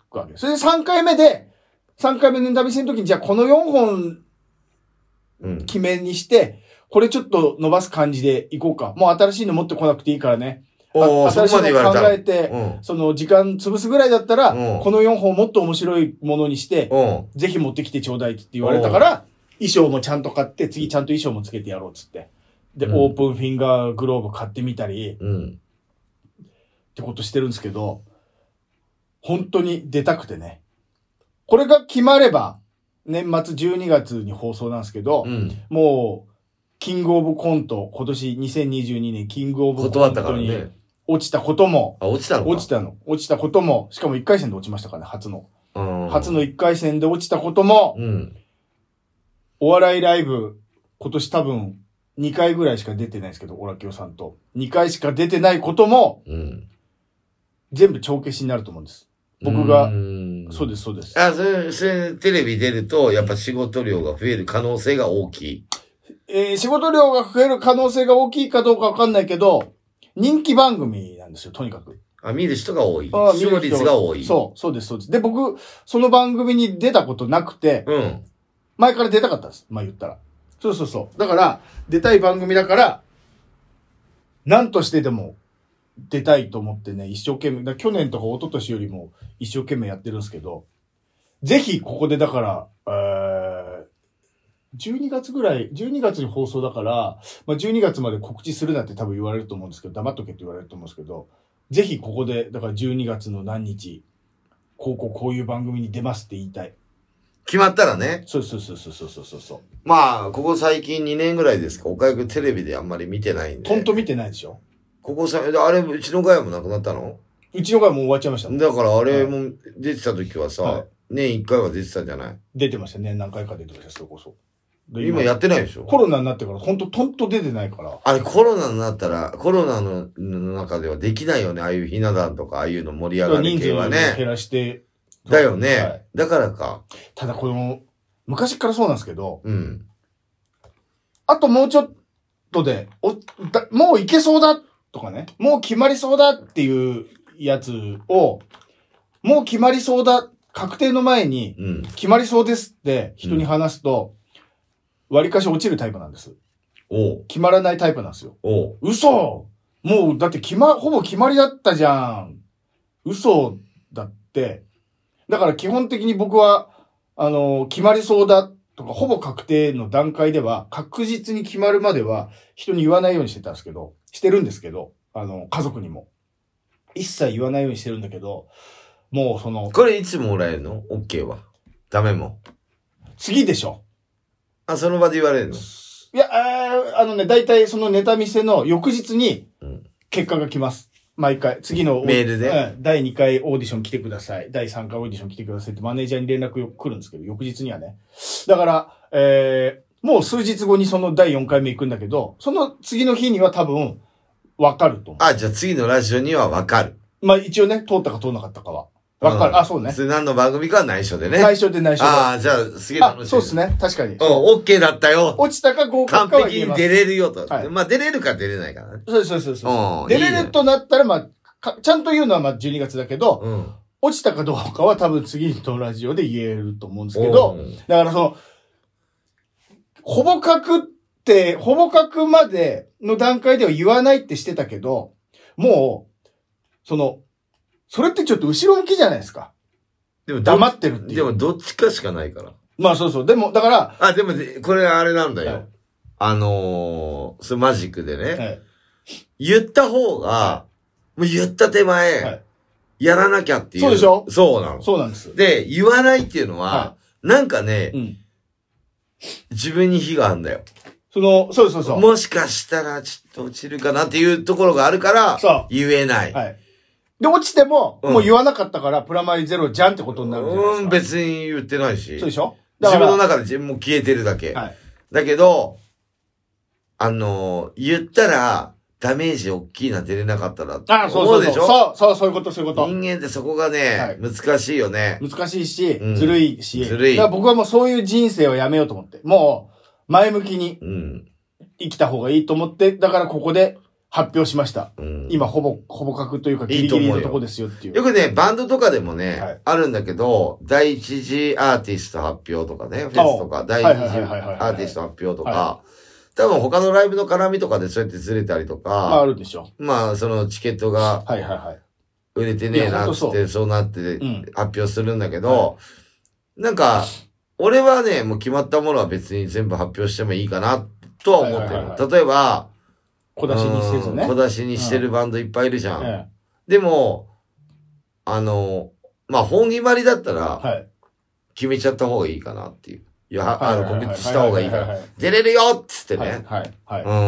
くわけ。それでさんかいめで、さんかいめのネタ見せの時に、じゃあこのよんほん、決めにして、うん、これちょっと伸ばす感じでいこうか。もう新しいの持ってこなくていいからね。 お新しいの考えて、 うん、 その時間潰すぐらいだったら、うん、このよんほんもっと面白いものにして、うん、ぜひ持ってきてちょうだいって言われたから、衣装もちゃんと買って、次ちゃんと衣装もつけてやろうっつって。で、うん、オープンフィンガーグローブ買ってみたり、うん、ってことしてるんですけど、本当に出たくてね。これが決まれば、年末じゅうにがつに放送なんですけど、うん、もう、キングオブコント、今年にせんにじゅうにねんキングオブコントに落ちたことも、 あ、落ちたの落ちたの。落ちたことも、しかもいっかい戦で落ちましたからね、初の。初のいっかい戦で落ちたことも、うん、お笑いライブ、今年多分にかいぐらいしか出てないですけど、オラキオさんと。にかいしか出てないことも、うん、全部帳消しになると思うんです。僕が、そうです、そうです。 あ、それ、それ、テレビ出ると、やっぱ仕事量が増える可能性が大きい。 えー、仕事量が増える可能性が大きいかどうかわかんないけど、人気番組なんですよ、とにかく。 あ、見る人が多い。あ、視聴率が多い。 そう、そうです、そうです。で、僕、その番組に出たことなくて、うん。前から出たかったんです。まあ言ったら。そうそうそう。だから、出たい番組だから、何としてでも出たいと思ってね、一生懸命、去年とか一昨年よりも一生懸命やってるんですけど、ぜひここでだから、えー、じゅうにがつぐらい、じゅうにがつに放送だから、まあじゅうにがつまで告知するなって多分言われると思うんですけど、黙っとけって言われると思うんですけど、ぜひここで、だからじゅうにがつの何日、こうこうこういう番組に出ますって言いたい。 決まったらね。 そうそうそうそうそうそうそう。 まあ、ここ最近にねんぐらいですか、岡井くんテレビであんまり見てないんで。 ほんと見てないでしょ。 ここさ、あれ、うちのガヤもなくなったの？ うちのガヤもう終わっちゃいましたね。 だからあれも出てた時はさ、はい、年いっかいは出てたんじゃない？ 出てましたね。何回か出てました、それこそ。 今, 今やってないでしょ？ コロナになってからほんととんと出てないから。 あれコロナになったら、コロナの中ではできないよね。ああいうひな壇とか、ああいうの盛り上がる系はね。 人数減らして。 だよね、はい。だからか。 ただこの、昔からそうなんですけど、うん。あともうちょっとで、おだもういけそうだとかね、もう決まりそうだっていうやつを、もう決まりそうだ、確定の前に、決まりそうですって人に話すと、割かし落ちるタイプなんです。 お決まらないタイプなんですよ。 お嘘もうだって決ま、ほぼ決まりだったじゃん。嘘だって。だから基本的に僕は、あの、決まりそうだとか、ほぼ確定の段階では、確実に決まるまでは、人に言わないようにしてたんですけど、してるんですけど、あの、家族にも。一切言わないようにしてるんだけど、もうその。 これいつもらえるの？ OK は。ダメも。 次でしょ。 あ、その場で言われるの？いや、あ, あのね、だいたいそのネタ見せの翌日に、結果が来ます。毎回。次のメールで、 うん、だいにかいオーディション来てください。だいさんかいオーディション来てくださいってマネージャーに連絡来るんですけど、翌日にはね。だから、えー、もう数日後にそのだいよんかいめ行くんだけど、その次の日には多分、わかると思う。 あ、じゃあ次のラジオにはわかる。 まあ一応ね、通ったか通んなかったかは。わかる、うん。あ、そうね。 それ何の番組かは内緒でね。 内緒で内緒で。 ああ、じゃあ、すげえ楽しみ。 そうですね。確かに。 うん、オッケーだったよ。 落ちたか合格かは言えます。 完璧に出れるよと。はい、まあ出れるか出れないかな。 そうそうそうそう。出れるとなったら、まあ、かちゃんと言うのはまあじゅうにがつだけど、うん、落ちたかどうかは多分次のラジオで言えると思うんですけど、だからその、ほぼ確って、ほぼ確までの段階では言わないってしてたけど、もう、その、それってちょっと後ろ向きじゃないですか。 でも黙ってるっていう。 でもどっちかしかないから。 まあそうそう。でも、だから。 あ、でも、これあれなんだよ。はい、あのー、それマジックでね。はい、言った方が、はい、もう言った手前、はい、やらなきゃっていう。 そうでしょ？ そうなの。 そうなんです。 で、言わないっていうのは、はい、なんかね、うん、自分に火があるんだよ。 その、そうそうそう。 もしかしたらちょっと落ちるかなっていうところがあるから、そう。言えない。 はい。で、落ちても、うん、もう言わなかったから、プラマイゼロじゃんってことになるじゃないですか。 うん、別に言ってないし。 そうでしょ？ 自分の中でもう消えてるだけ。はい。だけど、あのー、言ったら、ダメージ大きいな出れなかったら。 ああ、そうそうそう。そう、そう、そういうこと、そういうこと。 人間ってそこがね、はい、難しいよね。 難しいし、うん、ずるいし。 ずるい。 だから僕はもうそういう人生をやめようと思って。もう、前向きに、生きた方がいいと思って、だからここで、 発表しました。うん、今、ほぼ、ほぼ確というか、ギリギリのとこですよっていう。 よくね、バンドとかでもね、はい、あるんだけど、第一次アーティスト発表とかね、フェスとか、第二次アーティスト発表とか、はい、多分他のライブの絡みとかでそうやってずれたりとか、まあ、あるでしょ。 まあ、そのチケットが、 はいはいはい。 売れてねえなって、そうなって発表するんだけど、うん、なんか、俺はね、もう決まったものは別に全部発表してもいいかな、とは思ってる。はいはいはいはい、例えば、 小出しにせずね。 小出しにしてるバンドいっぱいいるじゃん。うん、でも、あの、まあ、本決まりだったら、決めちゃった方がいいかなっていう。いや、あの、告知した方がいいから。出れるよっつってね。はい。はい。うん。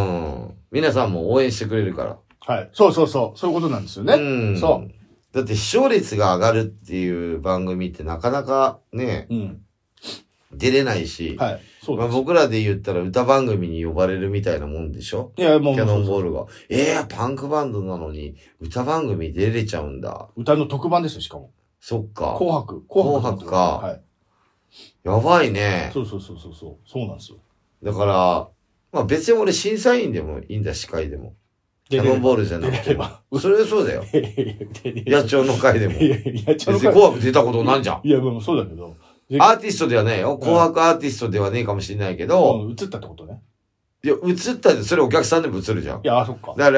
皆さんも応援してくれるから。 はい。そうそうそう。そういうことなんですよね。うん。そう。 だって視聴率が上がるっていう番組ってなかなかね、うん、出れないし、はい。そうです。まあ、僕らで言ったら歌番組に呼ばれるみたいなもんでしょ？いや、もう。キャノンボールが。ええー、パンクバンドなのに歌番組出れちゃうんだ。 歌の特番ですよ、しかも。 そっか。 紅白。 紅白か。はい。やばいね。 そうそうそうそう。そうなんですよ。 だから、まあ別に俺審査員でもいいんだ、司会でも。キャノンボールじゃなくて。それはそうだよ。野鳥の会でも。野鳥の会。紅白出たことなんじゃん。 いや、もうそうだけど。 アーティストではねえよ。紅白アーティストではねえかもしれないけど。 映ったってことね。 いや、映ったで、それお客さんでも映るじゃん。 いや、そっか。 だから、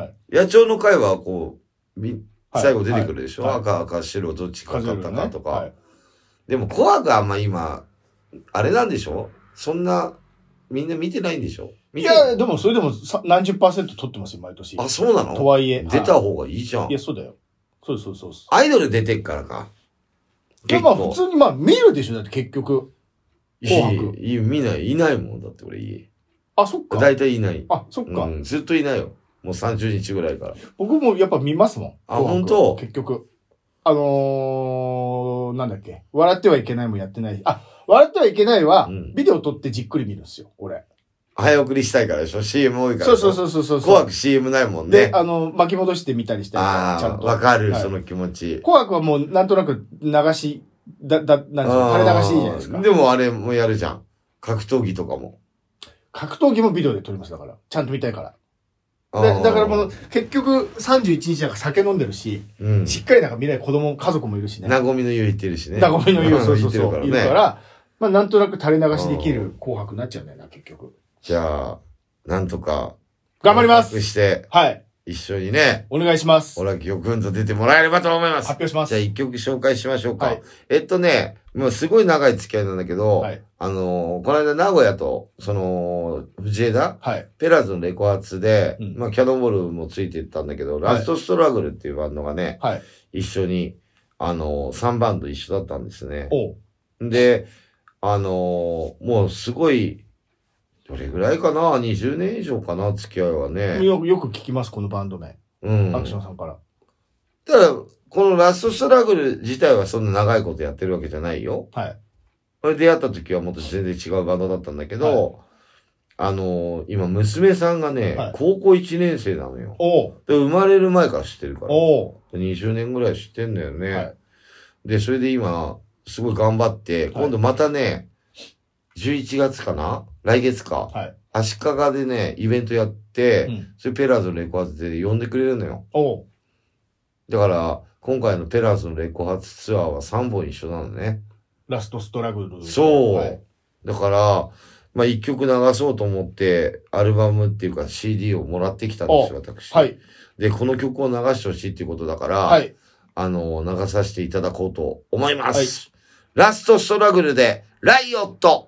野鳥の会はこう、み、最後出てくるでしょ、赤、赤、白、どっちか勝ったかとか。でも、紅白はあんま今、あれなんでしょそんな、みんな見てないんでしょいや、でもそれでも何十パーセント取ってますよ、毎年。 あ、そうなのとはいえ。 出た方がいいじゃん。 いや、そうだよ。そうそうそう。 アイドル出てっからか。 いや、まあ普通にまあ見るでしょ、だって結局。 紅白。いや、見ない、いないもんだって俺家。 あ、そっか。 大体いない。 あ、そっか。うん、 ずっといないよ。もうさんじゅうにちぐらいから。 僕もやっぱ見ますもん。 あ、本当？ 結局。あのー、なんだっけ。笑ってはいけないもやってない。あ、笑ってはいけないは、ビデオ撮ってじっくり見るんですよ、俺。 早送りしたいからでしょ ?シーエム 多いから。 そうそうそうそうそう。 紅白 シーエム ないもんね。 で、あの、巻き戻してみたりして。 ああ、ちゃんと。わかる、はい、その気持ち。 紅白はもうなんとなく流し、だ、だ、なんですか、垂れ流しいいじゃないですか。 でもあれもやるじゃん。格闘技とかも。 格闘技もビデオで撮りますだから。ちゃんと見たいから。でだからもう、結局さんじゅういちにちなんか酒飲んでるし、うん、しっかりなんか見ない子供、家族もいるしね。 なごみの湯行ってるしね。 なごみの湯、そうそうそう。いるから、まあなんとなく垂れ流しできる紅白になっちゃうんだよな、結局。 じゃあ、なんとか。 頑張りますして、はい。一緒にね。 お願いします。 オラキオくんと出てもらえればと思います。 発表します。 じゃあ一曲紹介しましょうか。はい、えっとね、もうすごい長い付き合いなんだけど、はい、あのー、この間名古屋と、その、藤枝、はい、ペラーズのレコ発で、うん、まあキャノンボールもついていったんだけど、はい、ラストストラグルっていうバンドがね、はい、一緒に、あのー、さんバンド一緒だったんですね。で、あのー、もうすごい、どれぐらいかな ?にじゅうねん以上かな付き合いはね。 よく、よく聞きます、このバンド名。うん。アクションさんから。 ただ、このラストストラグル自体はそんな長いことやってるわけじゃないよ。はい。これ出会った時はもっと全然違うバンドだったんだけど、はい、あのー、今娘さんがね、はい、高校いちねん生なのよ。おで、生まれる前から知ってるから。おにじゅうねんぐらい知ってんだよね。はい、で、それで今、すごい頑張って、今度またね、じゅういちがつかな来月か。はい。足利でね、イベントやって、うん、それペラーズのレコ発で呼んでくれるのよ。おう。だから、今回のペラーズのレコ発ツアーはさんぼん一緒なのね。 ラストストラグル。 そう。はい、だから、まあ、一曲流そうと思って、アルバムっていうか シーディー をもらってきたんですよ、私。はい。で、この曲を流してほしいっていうことだから、はい。あの、流させていただこうと思います。はい。ラストストラグルで、ライオット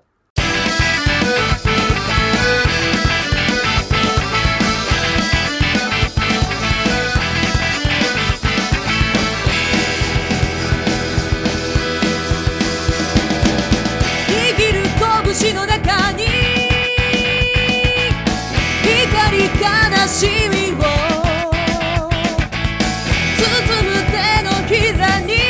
拳の中に光悲しみを包む手のひらに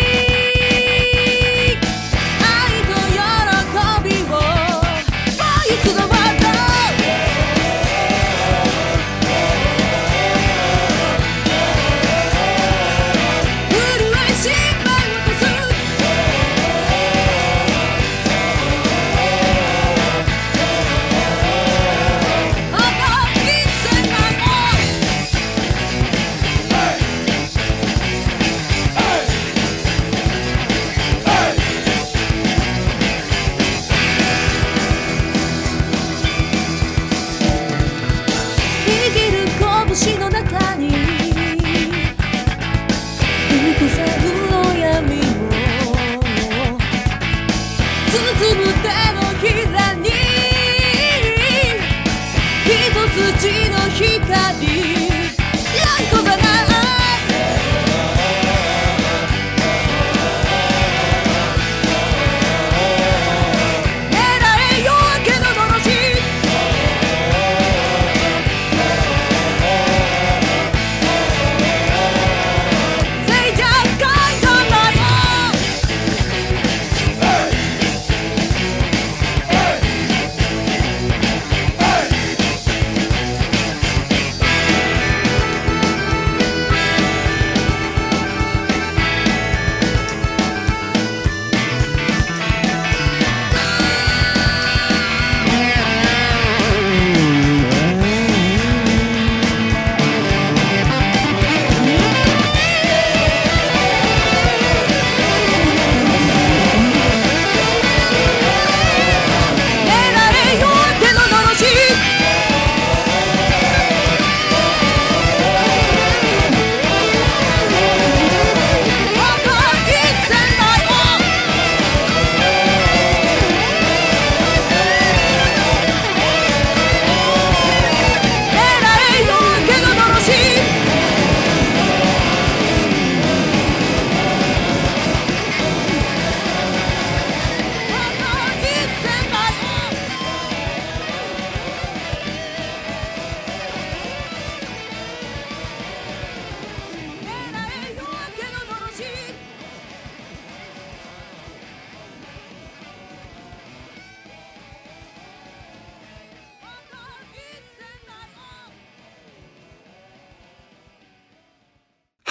愛と喜びをもう一度も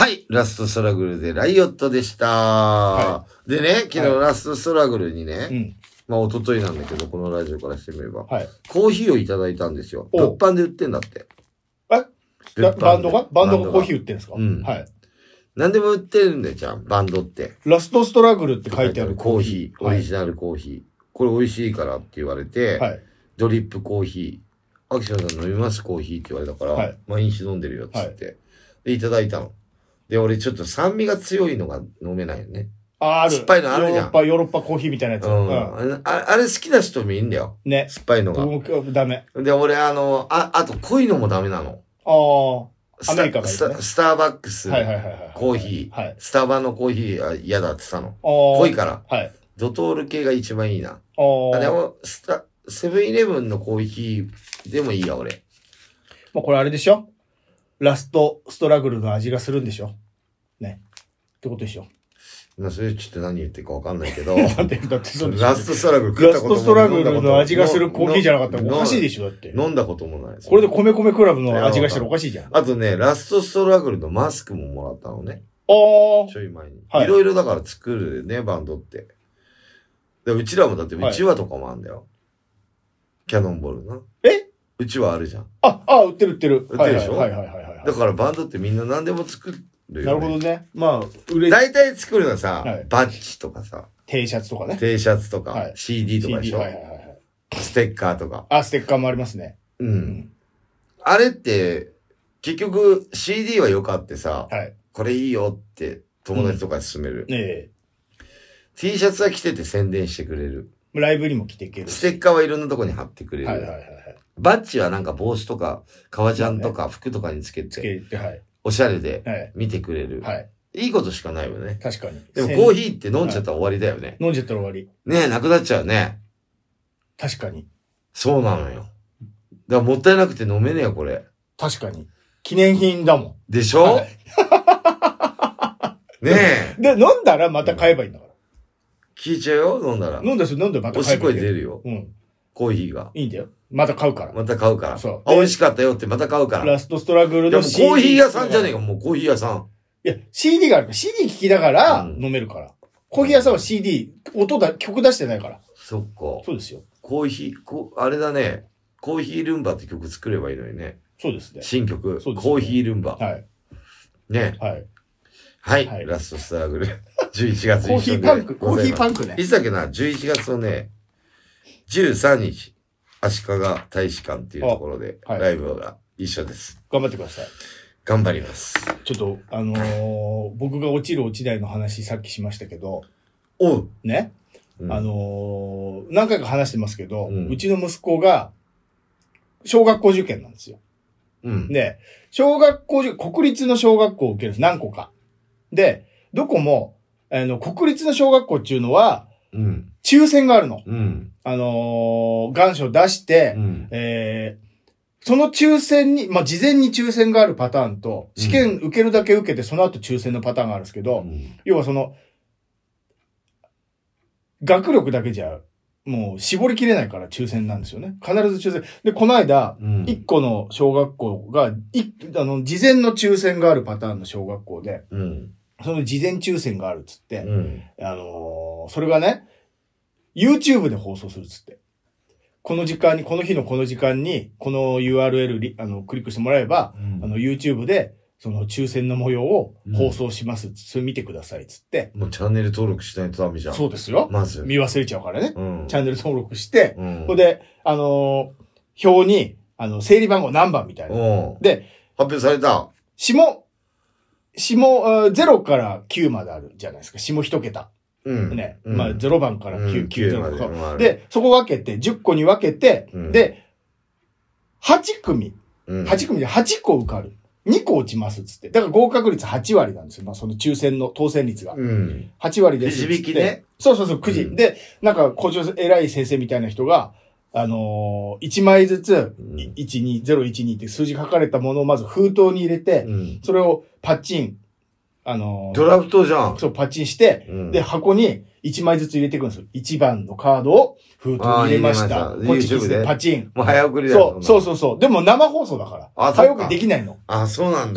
はい。ラストストラグルでライオットでした。はい、でね、昨日ラストストラグルにね、はい、まあ一昨日なんだけど、このラジオからしてみれば、はい、コーヒーをいただいたんですよ。物販で売ってんだって。 えバンドがバンドがコーヒー売ってんですか？うん。はい。 何でも売ってるんだよ、じゃん、バンドって。 ラストストラグルって書いてあるコーヒー。オリジナルコーヒー。はい、これ美味しいからって言われて、はい、ドリップコーヒー。アキションさん飲みますコーヒーって言われたから、はい、毎日飲んでるよ、つって。はい、で、いただいたの。で、俺ちょっと酸味が強いのが飲めないよね。 あ、ある。 酸っぱいのあるじゃん。 ヨーロッパ、ヨーロッパコーヒーみたいなやつ。うん。うん、あ, あれ好きな人もいいんだよ。ね。酸っぱいのが。 僕、ダメ。 で、俺あの、あ、あと濃いのもダメなの。 ああ。アメリカがいい、ね、 スタ、スターバックス、はいはいはいはい、コーヒー、はい、スタバのコーヒーは嫌だって言ったの。濃いから。はい。ドトール系が一番いいな。ああ。でも、スタ、セブンイレブンのコーヒーでもいいや、俺。 もうこれあれでしょ？ラストストラグルの味がするんでしょ？ね。ってことでしょ？ まあ、それちょっと何言ってるかわかんないけど。 だって、だってそうでしょ。 ラストストラグル食ったこともない。 ラストストラグルの味がするコーヒーじゃなかったらおかしいでしょ、だって。 飲んだこともないです。 これで米米クラブの味がしたらおかしいじゃん。 あとね、ラストストラグルのマスクももらったのね。 ああ。 ちょい前に。はい。いろいろだから作るね、バンドって。で、うちらもだってうちわとかもあんだよ。はい、キャノンボールな。え？うちわあるじゃん。 あ、あ、売ってる売ってる。 売ってるでしょ？ はいはいはいはい。 だからバンドってみんな何でも作るよね。 なるほどね。まあ、売れ大体作るのはさ、はい、バッジとかさ。 T シャツとかね。 T シャツとか、はい、シーディー とかでしょ。 はいはいはい。 ステッカーとか。 あ、ステッカーもありますね。 うん。うん、あれって、結局 シーディー はよかってさ、はい、これいいよって友達とかに勧める。うん、ええ。T シャツは着てて宣伝してくれる。 ライブにも着てける。 ステッカーはいろんなとこに貼ってくれる。はいはいはい。バッジはなんか帽子とか、革ジャンとか服とかにつけて、つけて、はい。おしゃれで見てくれる。はい。いいことしかないよね。 確かに。 でもコーヒーって飲んじゃったら終わりだよね。 飲んじゃったら終わり。 ねえ、なくなっちゃうね。 確かに。 そうなのよ。だからもったいなくて飲めねえよ、これ。 確かに。記念品だもん。 でしょ、はい、ねえ。で、飲んだらまた買えばいいんだから。 聞いちゃうよ、飲んだら。 飲んだし、飲んでまた買えばいい。 おしっこに出るよ。うん。コーヒーが。 いいんだよ。また買うから。 また買うから。そう。あ、美味しかったよってまた買うから。 ラストストラグルの シーディー。 コーヒー屋さんじゃねえか、もうコーヒー屋さん。 いや、シーディー がある。シーディー 聞きながら飲めるから。うん、コーヒー屋さんは シーディー、音だ、曲出してないから。 そっか。 そうですよ。 コーヒー、こあれだね。コーヒールンバって曲作ればいいのにね。 そうですね。 新曲。そうですね。コーヒールンバ。はい。ね。はい。はい。はい、ラストストラグル。じゅういちがつコーヒーパンク、コーヒーパンクね。 いつだっけな、じゅういちがつのね、じゅうさんにち、足利大使館っていうところで、ライブが一緒です。 頑張ってください。 頑張ります。 ちょっと、あのー、僕が落ちる落ちないの話さっきしましたけど、 おう。 ね。うん、あのー、何回か話してますけど、うん、うちの息子が、小学校受験なんですよ。うん。で、小学校受験、国立の小学校を受けるんです。何個か。で、どこも、あの、国立の小学校っていうのは、うん、抽選があるの。うん、あのー、願書出して、うん、えー、その抽選に、まあ、事前に抽選があるパターンと、試験受けるだけ受けて、その後抽選のパターンがあるんですけど、うん、要はその、学力だけじゃ、もう絞りきれないから抽選なんですよね。必ず抽選。で、この間、一、うん、個の小学校が、い、あの、事前の抽選があるパターンの小学校で、うん、その事前抽選があるっつって、うん、あのー、それがね、YouTube で放送するっつって。この時間に、この日のこの時間に、この ユーアールエル リ、あの、クリックしてもらえば、うん、あの、YouTube で、その抽選の模様を放送します。うん、それ見てくださいっつって。 もうチャンネル登録しないとダメじゃん。 そうですよ。 まず。 見忘れちゃうからね。うん、チャンネル登録して、うん、それで、あのー、表に、あの、整理番号何番みたいな。で、 発表された。 下、下、ゼロからきゅうまであるじゃないですか。下一桁。うん。ね。うん、まあ、ゼロばんからきゅう、うん、きゅうまで。で、そこ分けて、じゅっこに分けて、うん、で、はちくみ。うん、はちくみではちこ受かる。にこ落ちますっつって。だから合格率はちわりなんですよ。まあその抽選の当選率が。うん。はちわりですっつって。くじ引きね。そうそうそう、くじ。うん、で、なんか校長偉い先生みたいな人が、あのー、いちまいずつ、うん、いちに、ゼロいちにって数字書かれたものをまず封筒に入れて、うん、それをパッチン、あのー、 ドラフトじゃん。 そう、パッチンして、うん、で、箱にいちまいずつ入れていくんですよ。いちばんのカードを封筒に入れました。こっちでパチン。 もう早送りだよ。 そう、そうそうそう。でも生放送だから。あ、早送りできないの。 あ、そうなんだ。 そう。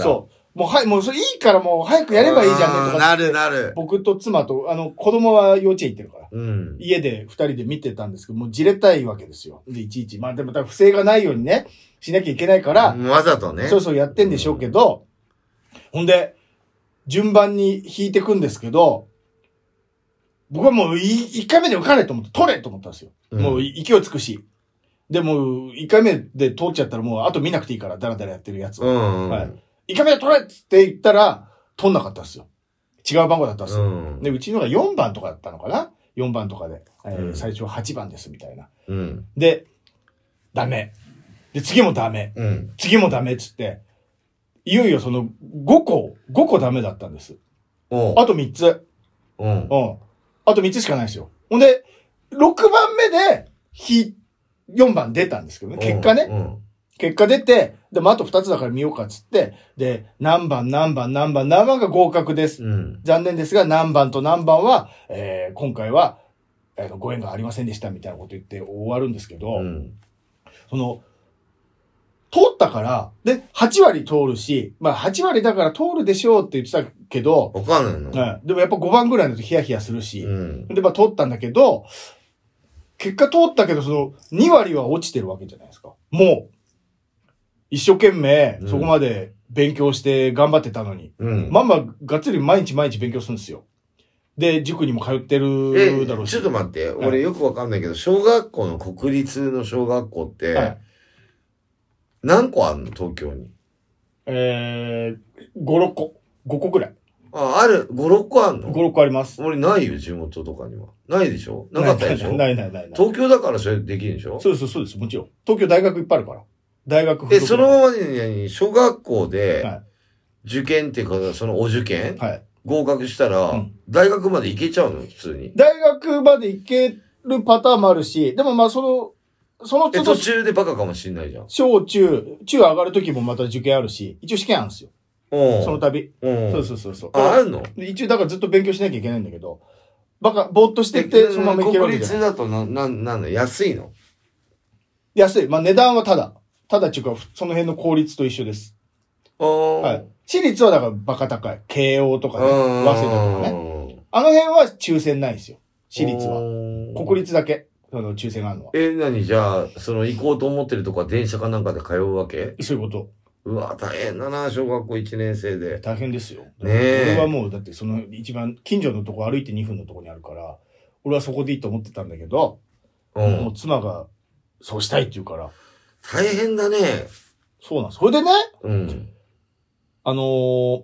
もうはい、もうそれいいからもう早くやればいいじゃんねとか。 なるなる。 僕と妻と、あの、子供は幼稚園行ってるから。 うん、 家で二人で見てたんですけど、もうじれたいわけですよ。で、いちいち。まあでも多分不正がないようにね、しなきゃいけないから。 わざとね。 そうそうやってんでしょうけど、うん、ほんで、順番に引いてくんですけど、僕はもう一回目で受かれと思って、取れと思ったんですよ。うん、もう勢いつくし。でも、一回目で通っちゃったらもう、あと見なくていいから、ダラダラやってるやつを。うんうん、はい。一回目で取れって言ったら、取んなかったんですよ。違う番号だったんですよ。うん、で、うちのがよんばんとかだったのかな ?よん 番とかで、えーうん。最初ははちばんですみたいな。うん、で、ダメ。で、次もダメ。うん、次もダメっつって、いよいよそのごこ、ごこダメだったんです。あとみっつ。うん。うん。あとみっつしかないですよ。ほんで、ろくばんめで、ひ、よんばん出たんですけどね。結果ね。うん、結果出て、でもあとふたつだから見ようかっつって、で、何番何番何番何番が合格です。うん、残念ですが、何番と何番は、えー、今回は、えー、ご縁がありませんでしたみたいなこと言って終わるんですけど、うん、その、通ったから、で、はちわり通るし、まあはちわりだから通るでしょうって言ってたけど、 わかんないの、 はい。でもやっぱごばんぐらいだとヒヤヒヤするし、うん、で、まあ通ったんだけど、結果通ったけど、そのにわりは落ちてるわけじゃないですか。もう、一生懸命、そこまで勉強して頑張ってたのに、うん、まあまあ、がっつり毎日毎日勉強するんですよ。で、塾にも通ってるだろうし。 ちょっと待って、俺よくわかんないけど、小学校の国立の小学校って、はい、何個あんの東京に。 えー、ご、ろっこ。ごこぐらい。 あ、ある、ご、ろっこあんの ? ご、ろっこあります。 俺ないよ、地元とかには。ないでしょなかったでしょないないないない。 東京だからそれできるでしょそうです、そうです、もちろん。東京大学いっぱいあるから。大学え、そのままに、小学校で、受験っていうか、そのお受験、はい、合格したら、うん、大学まで行けちゃうの普通に。 大学まで行けるパターンもあるし、でもまあその、その都度。途中でバカかもしんないじゃん。 小中、中上がるときもまた受験あるし、一応試験あるんですよ。その度。そうそうそうそう。 あ、あるの？ 一応だからずっと勉強しなきゃいけないんだけど、バカ、ぼーっとしてって、そのまま行けるわけじゃない。 国立だとな、な、なんだ、安いの？ 安い。まあ値段はただ。ただっていうか、その辺の公立と一緒です。はい。私立はだからバカ高い。慶応とかね、早稲田とかね。あの辺は抽選ないですよ。私立は。国立だけ。その抽選があるのは。 え、何じゃあ、その行こうと思ってるとこは電車かなんかで通うわけ？ そういうこと。 うわ、大変だな、小学校いちねん生で。 大変ですよ。ねえ。 俺はもう、だってその一番近所のとこ歩いてにふんのとこにあるから、俺はそこでいいと思ってたんだけど、うん、もう妻がそうしたいって言うから。 大変だね。 そうなんです。それでね、 うん、 あのー、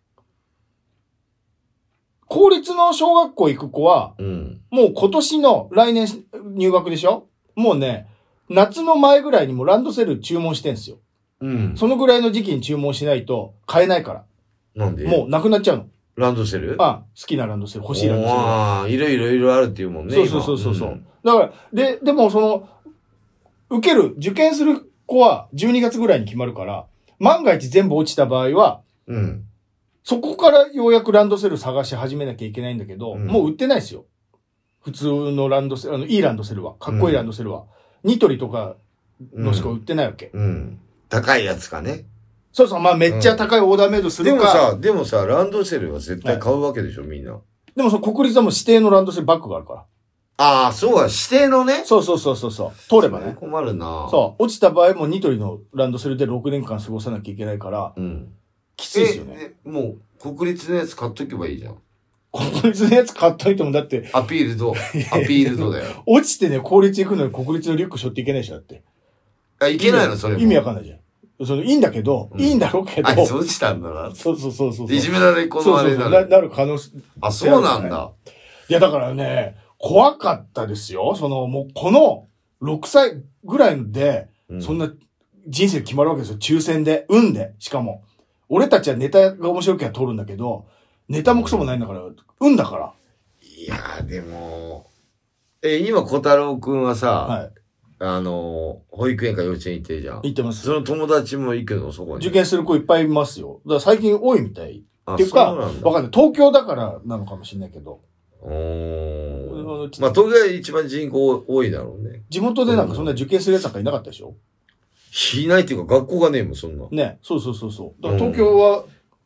公立の小学校行く子は、うん、もう今年の来年入学でしょ？もうね、夏の前ぐらいにもランドセル注文してんすよ。うん。そのぐらいの時期に注文しないと買えないから。 なんで？ もうなくなっちゃうの。 ランドセル？ ああ、好きなランドセル、欲しいランドセル。 ああ、いろいろいろあるっていうもんね。 そうそうそうそう。うん、だから、で、でもその、受ける、受験する子はじゅうにがつぐらいに決まるから、万が一全部落ちた場合は、うん。そこからようやくランドセル探し始めなきゃいけないんだけど、うん、もう売ってないですよ。普通のランドセル、あの、いいランドセルは、かっこいいランドセルは、うん、ニトリとかのしか売ってないわけ。 うん。うん、高いやつかね。 そうそう、まあめっちゃ高いオーダーメイドするか、うん。 でもさ、でもさ、ランドセルは絶対買うわけでしょ、はい、みんな。 でもその国立はもう指定のランドセルバッグがあるから。 ああ、そうだ、指定のね。 そうそうそうそうそう。通ればね。 困るな。 そう。落ちた場合もニトリのランドセルでろくねんかん過ごさなきゃいけないから、うん。きついですよね。 もう、国立のやつ買っとけばいいじゃん。 国立のやつ買っといてもだって。 アピールド。アピールドだよ。 落ちてね、公立行くのに国立のリュック背負っていけないでしょ、だって。 あ、いけないのそれも。 意味わかんないじゃん。その、いいんだけど、うん、いいんだろうけど。 あいつ落ちたんだな。 そうそうそうそう。 いじめられっ子のあれなる。なる可能性。 あ、そうなんだ。 いや、だからね、怖かったですよ。その、もう、この、ろくさいぐらいで、うん、そんな人生決まるわけですよ。抽選で。運で。しかも。俺たちはネタが面白いから通るんだけど、ネタもクソもないんだから、運だから。 いやー、でも、え、今、小太郎くんはさ、はい、あの、保育園か幼稚園行ってるじゃん。 行ってます。 その友達も行くの、そこに。 受験する子いっぱいいますよ。だから最近多いみたい。っていうか、わかんない。東京だからなのかもしれないけど。 おー。まあ、東京が一番人口多いだろうね。 地元でなんかそんな受験するやつなんかいなかったでしょ？ いないっていうか学校がねえもん、そんな。 ね。そうそうそうそう。だから東京は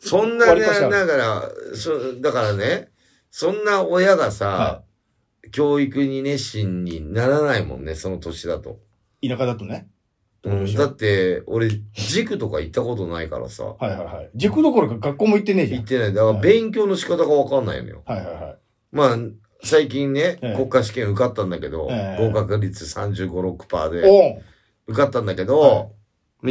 そんなね、だからそだからね、そんな親がさ、はい、教育に熱心にならないもんね、その年だと。 田舎だとね。 うん、だって、俺、塾とか行ったことないからさ。 はいはいはい。塾どころか学校も行ってねえじゃん。 行ってない。だから勉強の仕方がわかんないのよ。 はいはいはい。 まあ、最近ね、ええ、国家試験受かったんだけど、ええ、合格率さんじゅうご、ろくパーセント で、受かったんだけど、はい、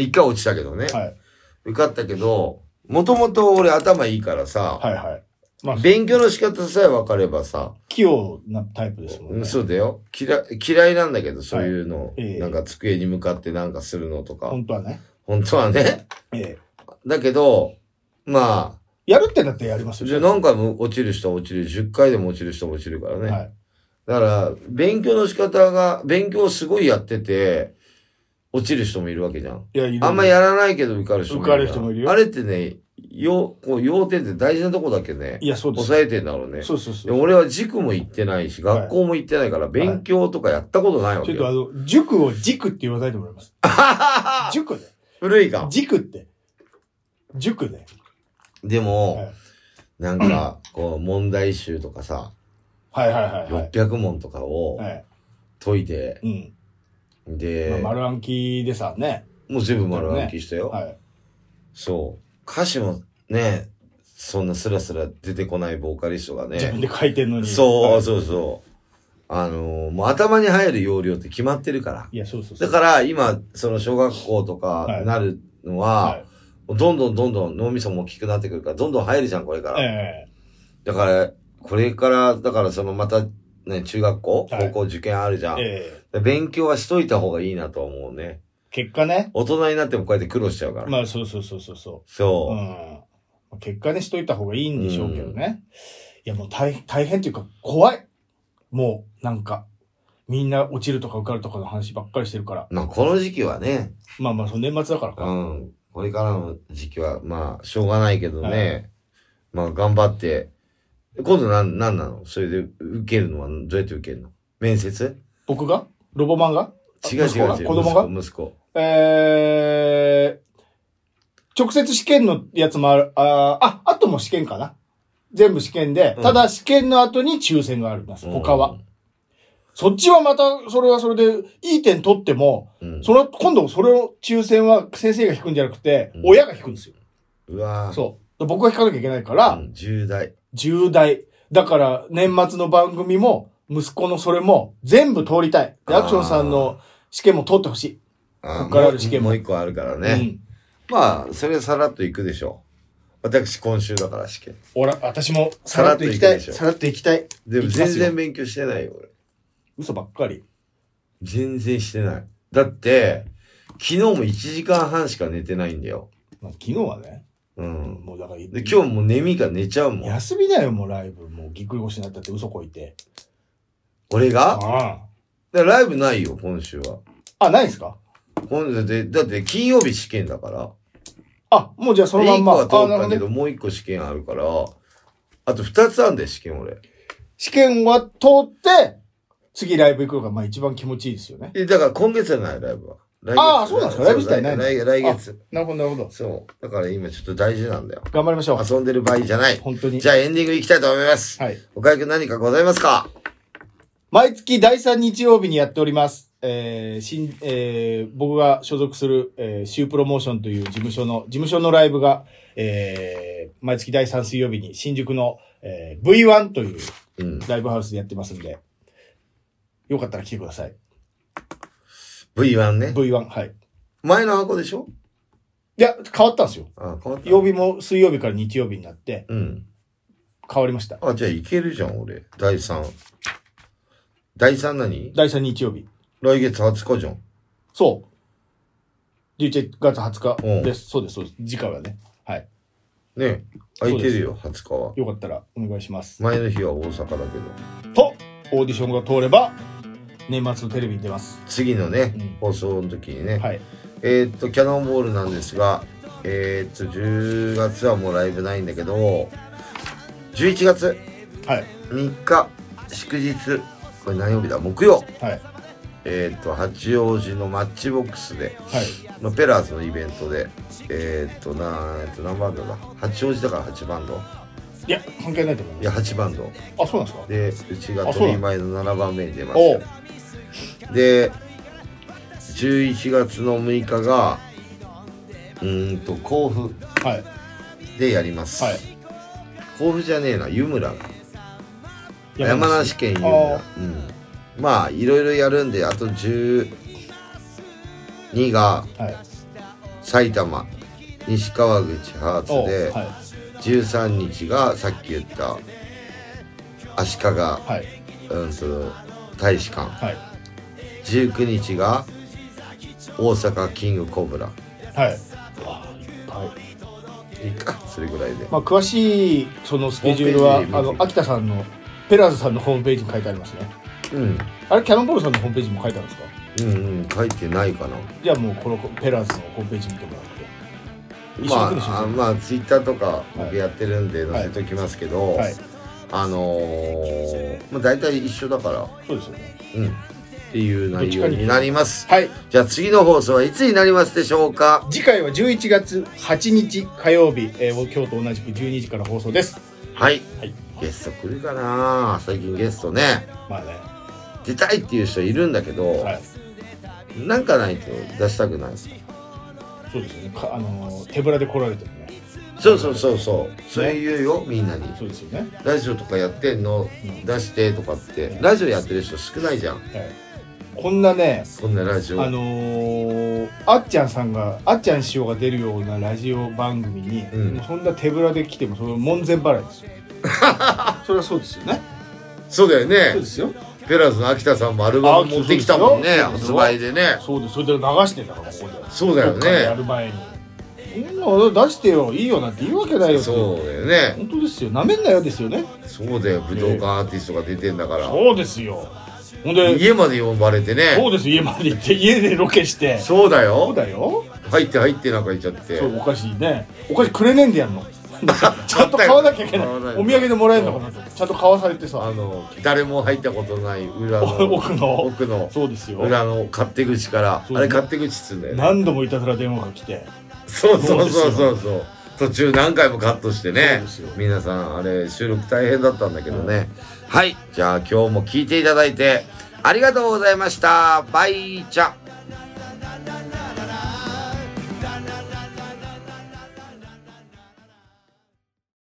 一回落ちたけどね。はい、受かったけど、もともと俺頭いいからさ、はいはい。まあ、勉強の仕方さえ分かればさ。 器用なタイプですもんね。 そうだよ。嫌い、嫌いなんだけど、そういうの、はいえー、なんか机に向かってなんかするのとか。 本当はね。 本当はね。えー、だけど、まあ。 やるってなってやりますよ。 じゃあ何回も落ちる人は落ちる。じゅっかいでも落ちる人は落ちるからね。はい。だから、勉強の仕方が、勉強すごいやってて、落ちる人もいるわけじゃん。いや、いる。あんまやらないけど受かる人もいる。 受かる人もいるよ。 あれってね、よ、こう、要点って大事なとこだけね。 いや、そうです。 抑えてんだろうね。 そうそうそう。 で俺は塾も行ってないし、学校も行ってないから、勉強とかやったことないわけよ。 ちょっとあの、塾を塾って言わないと思います。塾で。 古いか。 塾って。塾で。 でも、はい、なんか、こう、問題集とかさ、 はいはいはい、はい。 ろっぴゃくもんとかを解いて、はい、うん。で、 まあ、丸暗記でさ、ね。 もう全部丸暗記したよ。ね、はい。そう。歌詞もね、そんなスラスラ出てこないボーカリストがね。 自分で書いてんのに。 そうそうそう。あのー、もう頭に入る要領って決まってるから。 いや、そうそうそう。 だから今、その小学校とかなるのは、はいはい、どんどんどんどん脳みそも大きくなってくるから、どんどん入るじゃん、これから。えー、だから、これから、だからそのまた、ね、中学校、はい、高校受験あるじゃん、えー。勉強はしといた方がいいなと思うね。 結果ね。 大人になってもこうやって苦労しちゃうから。 まあ、そうそうそうそうそう。 そう。 うん。結果ねしといた方がいいんでしょうけどね。うん、いや、もう大、大変っていうか、怖い。もう、なんか、みんな落ちるとか受かるとかの話ばっかりしてるから。 まあ、この時期はね。 まあまあ、その年末だからか。 うん。これからの時期は、まあ、しょうがないけどね。はい、まあ、頑張って。今度なん、なんなのそれで受けるのはどうやって受けるの面接僕がロボマンが違う違う違う。 子供が息子。 えー、直接試験のやつもある、ああ、あとも試験かな全部試験で、ただ試験の後に抽選があります。うん、他は。そっちはまた、それはそれで、いい点取っても、うん、その、今度それを抽選は先生が引くんじゃなくて、うん、親が引くんですよ。 うわぁ。 そう。僕が引かなきゃいけないから、うん、 重大。 重大。だから、年末の番組も、息子のそれも、全部通りたい。で、アクションさんの試験も通ってほしい。 ここからある試験も。もう一個あるからね。うん、まあ、それさらっといくでしょう。私、今週だから試験。 俺、私もさらっと行きたい。さらっと行きたい。 でも全然勉強してないよ、俺。 嘘ばっかり。 全然してない。だって、昨日もいちじかんはんしか寝てないんだよ。 まあ、昨日はね。 うん。もうだから、で、今日も眠いから寝ちゃうもん。 休みだよ、もうライブ。もうぎっくり腰になったって嘘こいて。 俺がああ。 だライブないよ、今週は。 あ、ないですか今度で、だって金曜日試験だから。 あ、もうじゃあそのまんま。 いっこは通ったけど、もういっこ試験あるから、あとふたつあんだよ、試験俺。 試験は通って、次ライブ行くのがまあ一番気持ちいいですよね。 え、だから今月はない、ライブは。来月ああ、そうなんですか、ライブ自体ない来来月。 なるほど、なるほど。 そう。だから今ちょっと大事なんだよ。 頑張りましょう。 遊んでる場合じゃない。 本当に。 じゃあエンディング行きたいと思います。はい。おかゆくん何かございますか？ 毎月だいさん日曜日にやっております。えー、新、えー、僕が所属する、えー、シュープロモーションという事務所の、事務所のライブが、えー、毎月だいさん水曜日に新宿の、えー、ブイワン というライブハウスでやってますんで、うん、よかったら来てください。 ブイワン ね。 ブイワン、はい。 前の箱でしょ？ いや、変わったんですよ。 あ、変わった。 曜日も水曜日から日曜日になって、 うん。 変わりました。 あ、じゃあいけるじゃん、俺。だいさん。だいさん何？ だいさん日曜日。 来月はつかじゃん。 そう。じゅういちがつはつかです。そうです、そうです。次回はね。はい。 ねえ、空いてるよ、はつかは。 よかったらお願いします。 前の日は大阪だけど。 と、オーディションが通れば、年末のテレビに出ます。 次のね、うん、放送の時にね。はい。えー、っと、キャノンボールなんですが、えー、っと、じゅうがつはもうライブないんだけど、じゅういちがつみっか、祝日、これ何曜日だ？木曜。はい。 えっと八王子のマッチボックスで、 はい、 まあ、ペラーズのイベントでえっとなえっと何バンドだ、八王子だからはちバンド、 いや関係ないと思います。 いやはちバンド、 あ、そうなんですか。 でうちが取り前のななばんめに出ました。でじゅういちがつのむいかがうーんと甲府でやります、はい、甲府じゃねえな、湯村が山梨県湯村、うん、まあいろいろやるんで、あとじゅうにが埼玉西川口ハーツで、はい、じゅうさんにちがさっき言った足利、はい、うんと大使館、はい、じゅうくにちが大阪キングコブラ、はい、はい、いいかそれぐらいで、 まあ、詳しいそのスケジュールはあの秋田さんのペラーズさんのホームページに書いてありますね。うん。あれキャノンボールさんのホームページも書いてあるんですか？ うんうん、書いてないかな。 じゃあもうこのペラーズのホームページ見てもらって。 まあ、あまあツイッターとか僕やってるんで載せときますけど、はいはい、あのー、まあ大体一緒だから。 そうですよね。 うん。っていう内容になります。 はい。じゃあ次の放送はいつになりますでしょうか？ 次回はじゅういちがつはちにち火曜日、えー、今日と同じくじゅうにじから放送です。 はい。はい、ゲスト来るかな？最近ゲストね。まあね。出たいっていう人いるんだけど、はい、なんかないと出したくない。 そうですよね。あのー、手ぶらで来られてもね。 そうそうそうそう。それ言うよ、みんなに。 そうですよね。 ラジオとかやってんの、うん、出してとかって、うん、ラジオやってる人少ないじゃん。はい、 こんなね、 こんなラジオ。 あのー、あっちゃんさんが、あっちゃん師匠が出るようなラジオ番組に、うん、もうそんな手ぶらで来ても、それ門前払いですよ。それはそうですよね。 そうだよね。 そうですよ。 ペラーズの秋田さんもアルバム持ってきたもんね、発売でね。 そうです、それで流してたから、ここで。 そうだよね。 やる前に。そんな出してよ、いいよなんて言うわけないよ。 そうだよね。 本当ですよ。なめんなよですよね。 そうだよ、武道館アーティストが出てんだから。 そうですよ。 ほんで家まで呼ばれてね。 そうです、家まで行って家でロケして。 そうだよ。 そうだよ。 入って入ってなんか言っちゃって。 そう、おかしいね。おかしいくれねえんでやんの。ちゃんと買わなきゃいけない。お土産でもらえるのかなと。ちゃんと買わされてさ。 あの誰も入ったことない裏の奥の奥のそうですよ。 裏の勝手口からあれ勝手口っつうんだよね。 何度もいたずら電話が来て。 そうそうそうそうそう。途中何回もカットしてね。皆さんあれ収録大変だったんだけどね。はい。じゃあ今日も聞いていただいてありがとうございました。バイチャ。